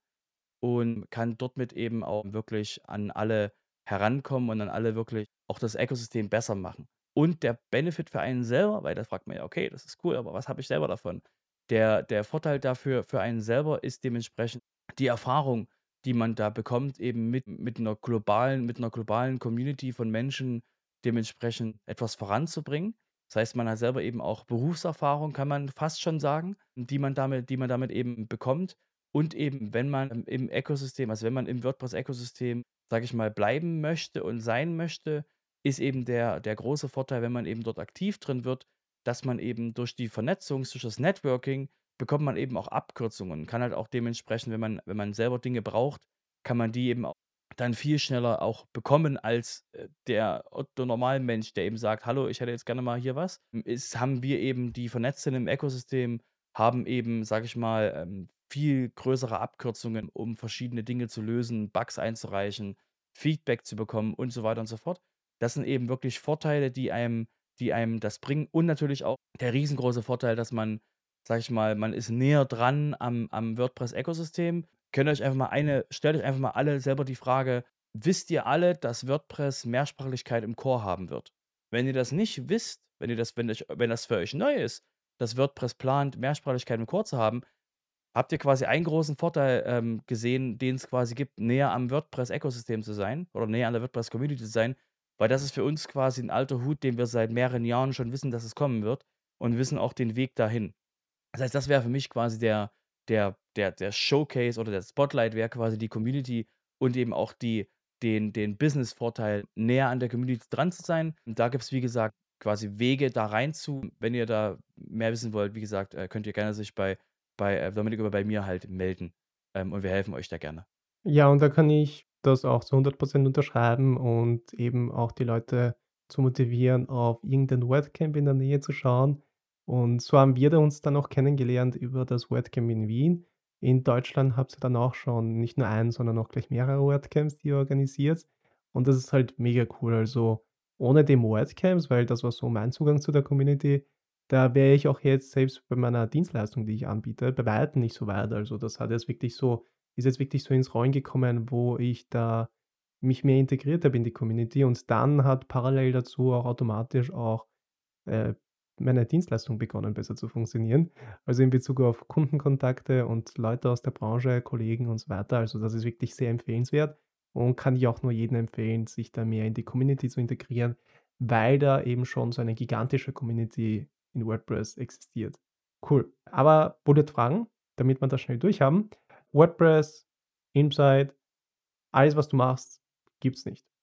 und kann dort mit eben auch wirklich an alle herankommen und an alle wirklich auch das Ökosystem besser machen. Und der Benefit für einen selber, weil da fragt man ja: „Okay, das ist cool, aber was habe ich selber davon?“ Der der Vorteil dafür für einen selber ist dementsprechend die Erfahrung, die man da bekommt, eben mit mit 'ner globalen mit 'ner globalen Community von Menschen dementsprechend etwas voranzubringen. Das heißt, man hat selber eben auch Berufserfahrung, kann man fast schon sagen, die man damit die man damit eben bekommt. Und eben, wenn man im im Ökosystem also, wenn man im WordPress-Ökosystem, sage ich mal, bleiben möchte und sein möchte, ist eben der der große Vorteil, wenn man eben dort aktiv drin wird, dass man eben durch die Vernetzung, durch das Networking bekommt man eben auch Abkürzungen, kann halt auch dementsprechend, wenn man wenn man selber Dinge braucht, kann man die eben auch dann viel schneller auch bekommen als, äh, der Otto-Normalmensch, der eben sagt: „Hallo, ich hätte jetzt gerne mal hier was.“ Ist haben wir eben, die vernetzt sind im Ökosystem, haben eben, sage ich mal, ähm, viel größere Abkürzungen, um verschiedene Dinge zu lösen, Bugs einzureichen, Feedback zu bekommen und so weiter und so fort. Das sind eben wirklich Vorteile, die einem die einem das bringen und natürlich auch der riesengroße Vorteil, dass man, sage ich mal, man ist näher dran am am WordPress-Ökosystem. Könnt ihr euch einfach mal eine stellt euch einfach mal alle selber die Frage: Wisst ihr alle, dass WordPress Mehrsprachigkeit im Core haben wird? Wenn ihr das nicht wisst, wenn ihr das wenn euch wenn das für euch neu ist, dass WordPress plant, Mehrsprachigkeit im Core zu haben, habt ihr quasi einen großen Vorteil, ähm, gesehen, den es quasi gibt, näher am WordPress-Ökosystem zu sein oder näher an der WordPress-Community zu sein, weil das ist für uns quasi 'n alter Hut, den wir seit mehreren Jahren schon wissen, dass es kommen wird und wissen auch den Weg dahin. Das heißt, das wäre für mich quasi der der der der Showcase oder der Spotlight wäre quasi die Community und eben auch die den den Business-Vorteil, näher an der Community dran zu sein. Und da gibt's, wie gesagt, quasi Wege da rein zu. Wenn ihr da mehr wissen wollt, wie gesagt, äh, könnt ihr gerne sich bei bei, äh, Dominik oder bei mir halt melden, ähm, und wir helfen euch da gerne. Ja, und da kann ich das auch zu hundert Prozent unterschreiben und eben auch die Leute zu motivieren, auf irgendein WordCamp in der Nähe zu schauen. Und so haben wir da uns dann auch kennengelernt über das WordCamp in Wien. In Deutschland habt ihr dann auch schon nicht nur ein, sondern auch gleich mehrere WordCamps, die ihr organisiert. Und das ist halt mega cool. Also ohne die WordCamps, weil das war so mein Zugang zu der Community, da wäre ich auch jetzt selbst bei meiner Dienstleistung, die ich anbiete, bei weitem nicht so weit. Also das hat jetzt wirklich so ist jetzt wirklich so ins Rollen gekommen, wo ich da mich mehr integriert habe in die Community und dann hat parallel dazu auch automatisch auch, äh, meine Dienstleistung begonnen, besser zu funktionieren. Also, in Bezug auf Kundenkontakte und Leute aus der Branche, Kollegen und so weiter. Also, das ist wirklich sehr empfehlenswert und kann ich auch nur jedem empfehlen, sich da mehr in die Community zu integrieren, weil da eben schon so eine gigantische Community in WordPress existiert. Cool. Aber Bullet-Fragen, damit wir das schnell durch haben. WordPress, Insight, alles, was du machst, gibt's nicht.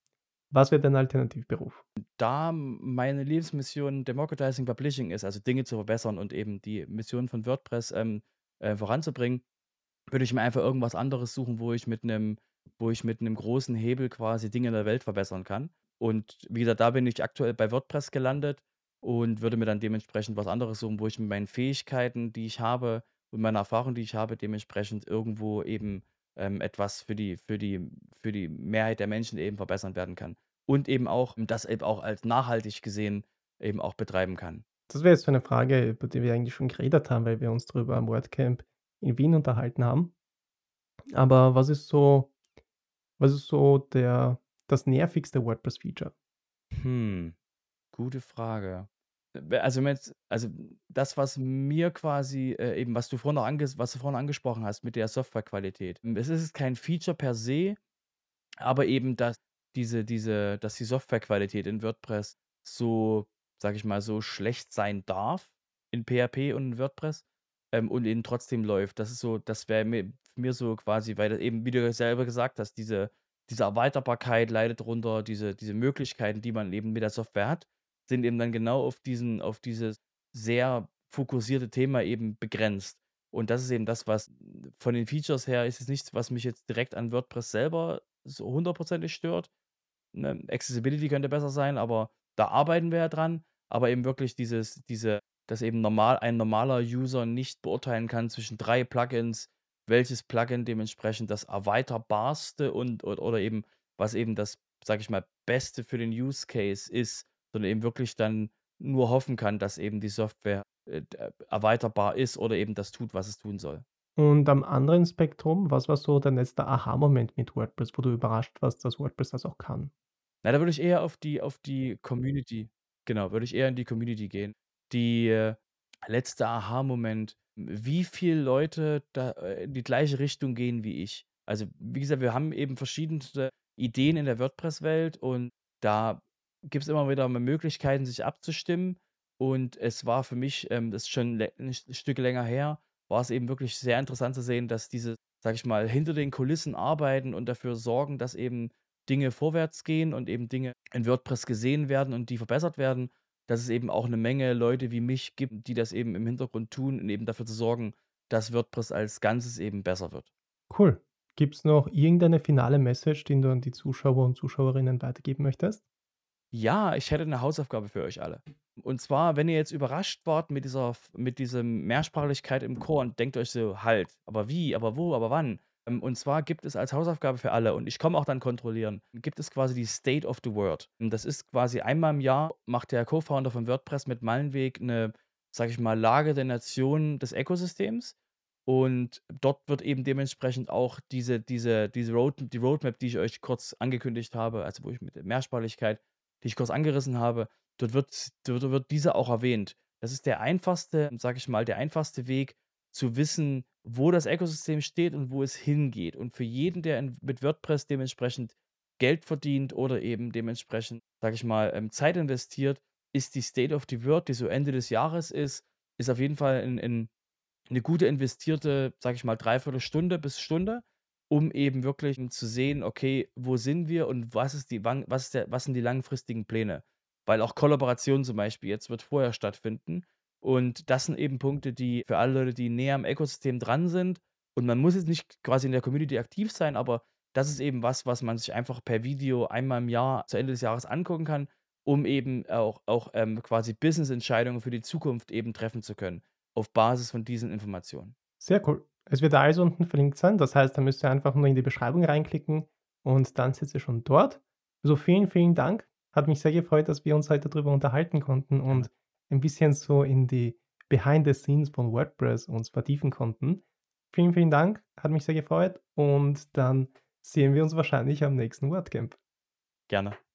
Was wäre dein Alternativberuf? Da meine Lebensmission Democratizing Publishing ist, also Dinge zu verbessern und eben die Mission von WordPress, ähm, äh, voranzubringen, würde ich mir einfach irgendwas anderes suchen, wo ich mit 'nem wo ich mit 'nem großen Hebel quasi Dinge in der Welt verbessern kann. Und wie gesagt, da bin ich aktuell bei WordPress gelandet und würde mir dann dementsprechend was anderes suchen, wo ich mit meinen Fähigkeiten, die ich habe und meiner Erfahrung, die ich habe, dementsprechend irgendwo eben, ähm, etwas für die für die für die Mehrheit der Menschen eben verbessern werden kann. Und eben auch das eben auch als nachhaltig gesehen eben auch betreiben kann. Das wäre jetzt so eine Frage, über die wir eigentlich schon geredet haben, weil wir uns drüber am WordCamp in Wien unterhalten haben. Aber was ist so was ist so der das nervigste WordPress-Feature? Hm, gute Frage. Äh, also, wenn man jetzt also, das, was mir quasi, äh, eben was du vorhin noch anges was du vorhin angesprochen hast mit der Softwarequalität. Hm, es ist kein Feature per se, aber eben, dass diese diese dass die Softwarequalität in WordPress so, sage ich mal, so schlecht sein darf in P H P und in WordPress, ähm, und eben trotzdem läuft. Das ist so das wäre mir mir so quasi, weil das eben, wie du ja selber gesagt hast, diese diese Erweiterbarkeit leidet drunter, diese diese Möglichkeiten, die man eben mit der Software hat, sind eben dann genau auf diesen auf dieses sehr fokussierte Thema eben begrenzt. Und das ist eben das, was von den Features her ist es nichts, was mich jetzt direkt an WordPress selber so hundertprozentig stört. Ne, Accessibility könnte besser sein, aber da arbeiten wir ja dran. Aber eben wirklich dieses diese dass eben normal ein normaler User nicht beurteilen kann zwischen drei Plugins, welches Plugin dementsprechend das erweiterbarste und od oder eben was eben das, sage ich mal, Beste für den Use Case ist, sondern eben wirklich dann nur hoffen kann, dass eben die Software, äh, d äh, erweiterbar ist oder eben das tut, was es tun soll. Und am anderen Spektrum, was war so dein letzter Aha-Moment mit WordPress, wo du überrascht warst, dass WordPress das auch kann? Na, da würde ich eher auf die auf die Community genau, würde ich eher in die Community gehen. Die, äh, letzte Aha-Moment, wie viel Leute da, äh, in die gleiche Richtung gehen wie ich. Also, wie gesagt, wir haben eben verschiedenste Ideen in der WordPress-Welt und da gibt's immer wieder mal Möglichkeiten, sich abzustimmen. Und es war für mich, ähm, das ist schon lä 'n St Stück länger her, war es eben wirklich sehr interessant zu sehen, dass diese, sage ich mal, hinter den Kulissen arbeiten und dafür sorgen, dass eben Dinge vorwärts gehen und eben Dinge in WordPress gesehen werden und die verbessert werden, dass es eben auch 'ne Menge Leute wie mich gibt, die das eben im Hintergrund tun und eben dafür zu sorgen, dass WordPress als Ganzes eben besser wird. Cool. Gibt's noch irgendeine finale Message, den du an die Zuschauer und Zuschauerinnen weitergeben möchtest? Ja, ich hätte 'ne Hausaufgabe für euch alle. Und zwar, wenn ihr jetzt überrascht wart mit dieser f mit diesem Mehrsprachigkeit im Core und denkt euch so: „Halt, aber wie, aber wo, aber wann?“ Ähm, und zwar gibt es als Hausaufgabe für alle und ich komme auch dann kontrollieren, gibt es quasi die State of the Word. Und das ist quasi einmal im Jahr macht der Co-Founder von WordPress mit Mallenweg 'ne, sage ich mal, Lage der Nation des Ökosystems. Und dort wird eben dementsprechend auch diese diese diese Road die Roadmap, die ich euch kurz angekündigt habe, also wo ich mit der Mehrsprachigkeit, die ich kurz angerissen habe, dort wird dort wird diese auch erwähnt. Das ist der einfachste, sage ich mal, der einfachste Weg zu wissen, wo das Ökosystem steht und wo es hingeht. Und für jeden, der in mit WordPress dementsprechend Geld verdient oder eben dementsprechend, sage ich mal, ähm, Zeit investiert, ist die State of the Word, die so Ende des Jahres ist ist auf jeden Fall 'n 'n 'ne gute investierte, sage ich mal, dreiviertel Stunde bis Stunde, um eben wirklich zu sehen: „Okay, wo sind wir und was ist die wann was ist der was sind die langfristigen Pläne?“ Weil auch Kollaboration zum Beispiel jetzt wird vorher stattfinden. Und das sind eben Punkte, die für alle Leute, die näher am Ökosystem dran sind und man muss jetzt nicht quasi in der Community aktiv sein, aber das ist eben was, was man sich einfach per Video einmal im Jahr zu Ende des Jahres angucken kann, um eben auch auch, ähm, quasi Business-Entscheidungen für die Zukunft eben treffen zu können auf Basis von diesen Informationen. Sehr cool. Es wird alles unten verlinkt sein. Das heißt, da müsst ihr einfach nur in die Beschreibung reinklicken und dann seid ihr schon dort. Also vielen, vielen Dank. Hat mich sehr gefreut, dass wir uns heute darüber unterhalten konnten Gerne. und ein bisschen so in die Behind the Scenes von WordPress uns vertiefen konnten. Vielen, vielen Dank. Hat mich sehr gefreut und dann sehen wir uns wahrscheinlich am nächsten WordCamp. Gerne.